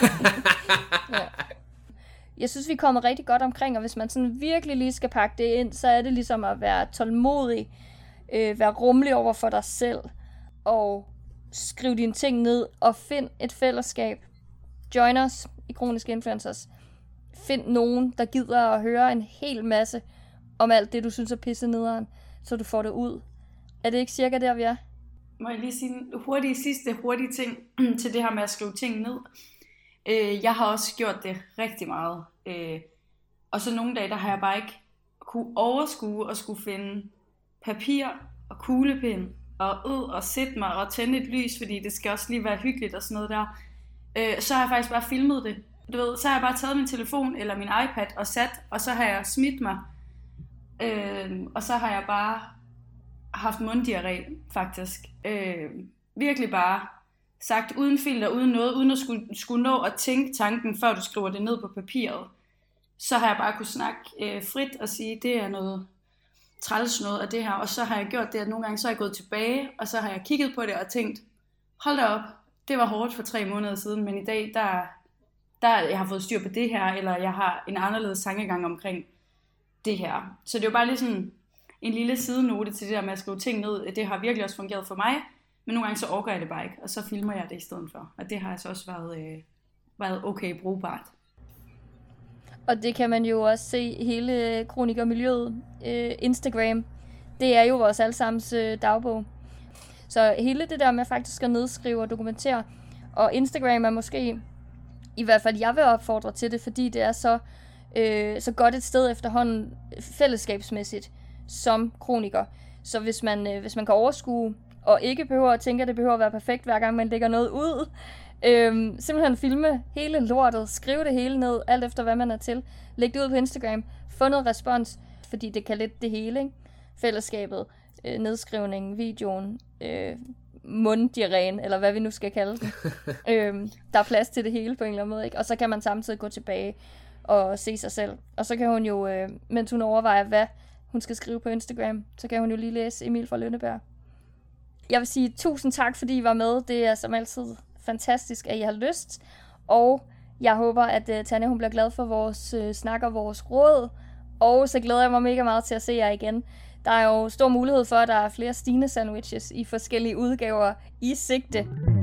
Ja. Jeg synes, vi er kommet rigtig godt omkring, og hvis man sådan virkelig lige skal pakke det ind, så er det ligesom at være tålmodig, øh, være rummelig over for dig selv, og skrive dine ting ned, og find et fællesskab. Join os i Kroniske Influencers. Find nogen, der gider at høre en hel masse om alt det, du synes er pisse nederen, så du får det ud. Er det ikke cirka der, vi er? Må jeg lige sige en hurtig, sidste hurtige ting til det her med at skrive ting ned? Jeg har også gjort det rigtig meget. Og så nogle dage, der har jeg bare ikke kunne overskue og skulle finde papir og kuglepind og ud og sætte mig og tænde et lys, fordi det skal også lige være hyggeligt og sådan noget der. Så har jeg faktisk bare filmet det. Du ved, så har jeg bare taget min telefon eller min iPad og sat, og så har jeg smidt mig. Og så har jeg bare haft munddiarré, faktisk. Virkelig bare sagt uden filter, uden noget, uden at skulle, skulle nå at tænke tanken, før du skriver det ned på papiret. Så har jeg bare kunne snakke øh, frit og sige, det er noget træls noget af det her. Og så har jeg gjort det, at nogle gange så er jeg gået tilbage, og så har jeg kigget på det og tænkt, hold da op, det var hårdt for tre måneder siden, men i dag, der, der jeg har fået styr på det her, eller jeg har en anderledes tankegang omkring det her. Så det er jo bare lige sådan en lille sidenote til det der med at skrive ting ned. Det har virkelig også fungeret for mig, men nogle gange så overgår jeg det bare ikke, og så filmer jeg det i stedet for. Og det har altså også været, øh, været okay brugbart. Og det kan man jo også se hele kronikermiljøet. Øh, Instagram, det er jo vores allesammens øh, dagbog. Så hele det der med faktisk at nedskrive og dokumentere. Og Instagram er måske, i hvert fald jeg vil opfordre til det, fordi det er så, øh, så godt et sted efterhånden fællesskabsmæssigt som kroniker. Så hvis man, øh, hvis man kan overskue, og ikke behøver at tænke, at det behøver at være perfekt, hver gang man lægger noget ud, øh, simpelthen filme hele lortet, skrive det hele ned, alt efter hvad man er til, læg det ud på Instagram, få noget respons, fordi det kan lidt det hele, ikke? Fællesskabet, øh, nedskrivningen, videoen, øh, munddiarréen, eller hvad vi nu skal kalde det. øh, der er plads til det hele på en eller anden måde, ikke? Og så kan man samtidig gå tilbage og se sig selv. Og så kan hun jo, øh, mens hun overvejer, hvad hun skal skrive på Instagram, så kan hun jo lige læse Emil fra Lønneberg. Jeg vil sige tusind tak, fordi I var med. Det er som altid fantastisk, at I har lyst. Og jeg håber, at uh, Tanja hun bliver glad for vores uh, snak og vores råd. Og så glæder jeg mig mega meget til at se jer igen. Der er jo stor mulighed for, at der er flere Stine sandwiches i forskellige udgaver i sigte.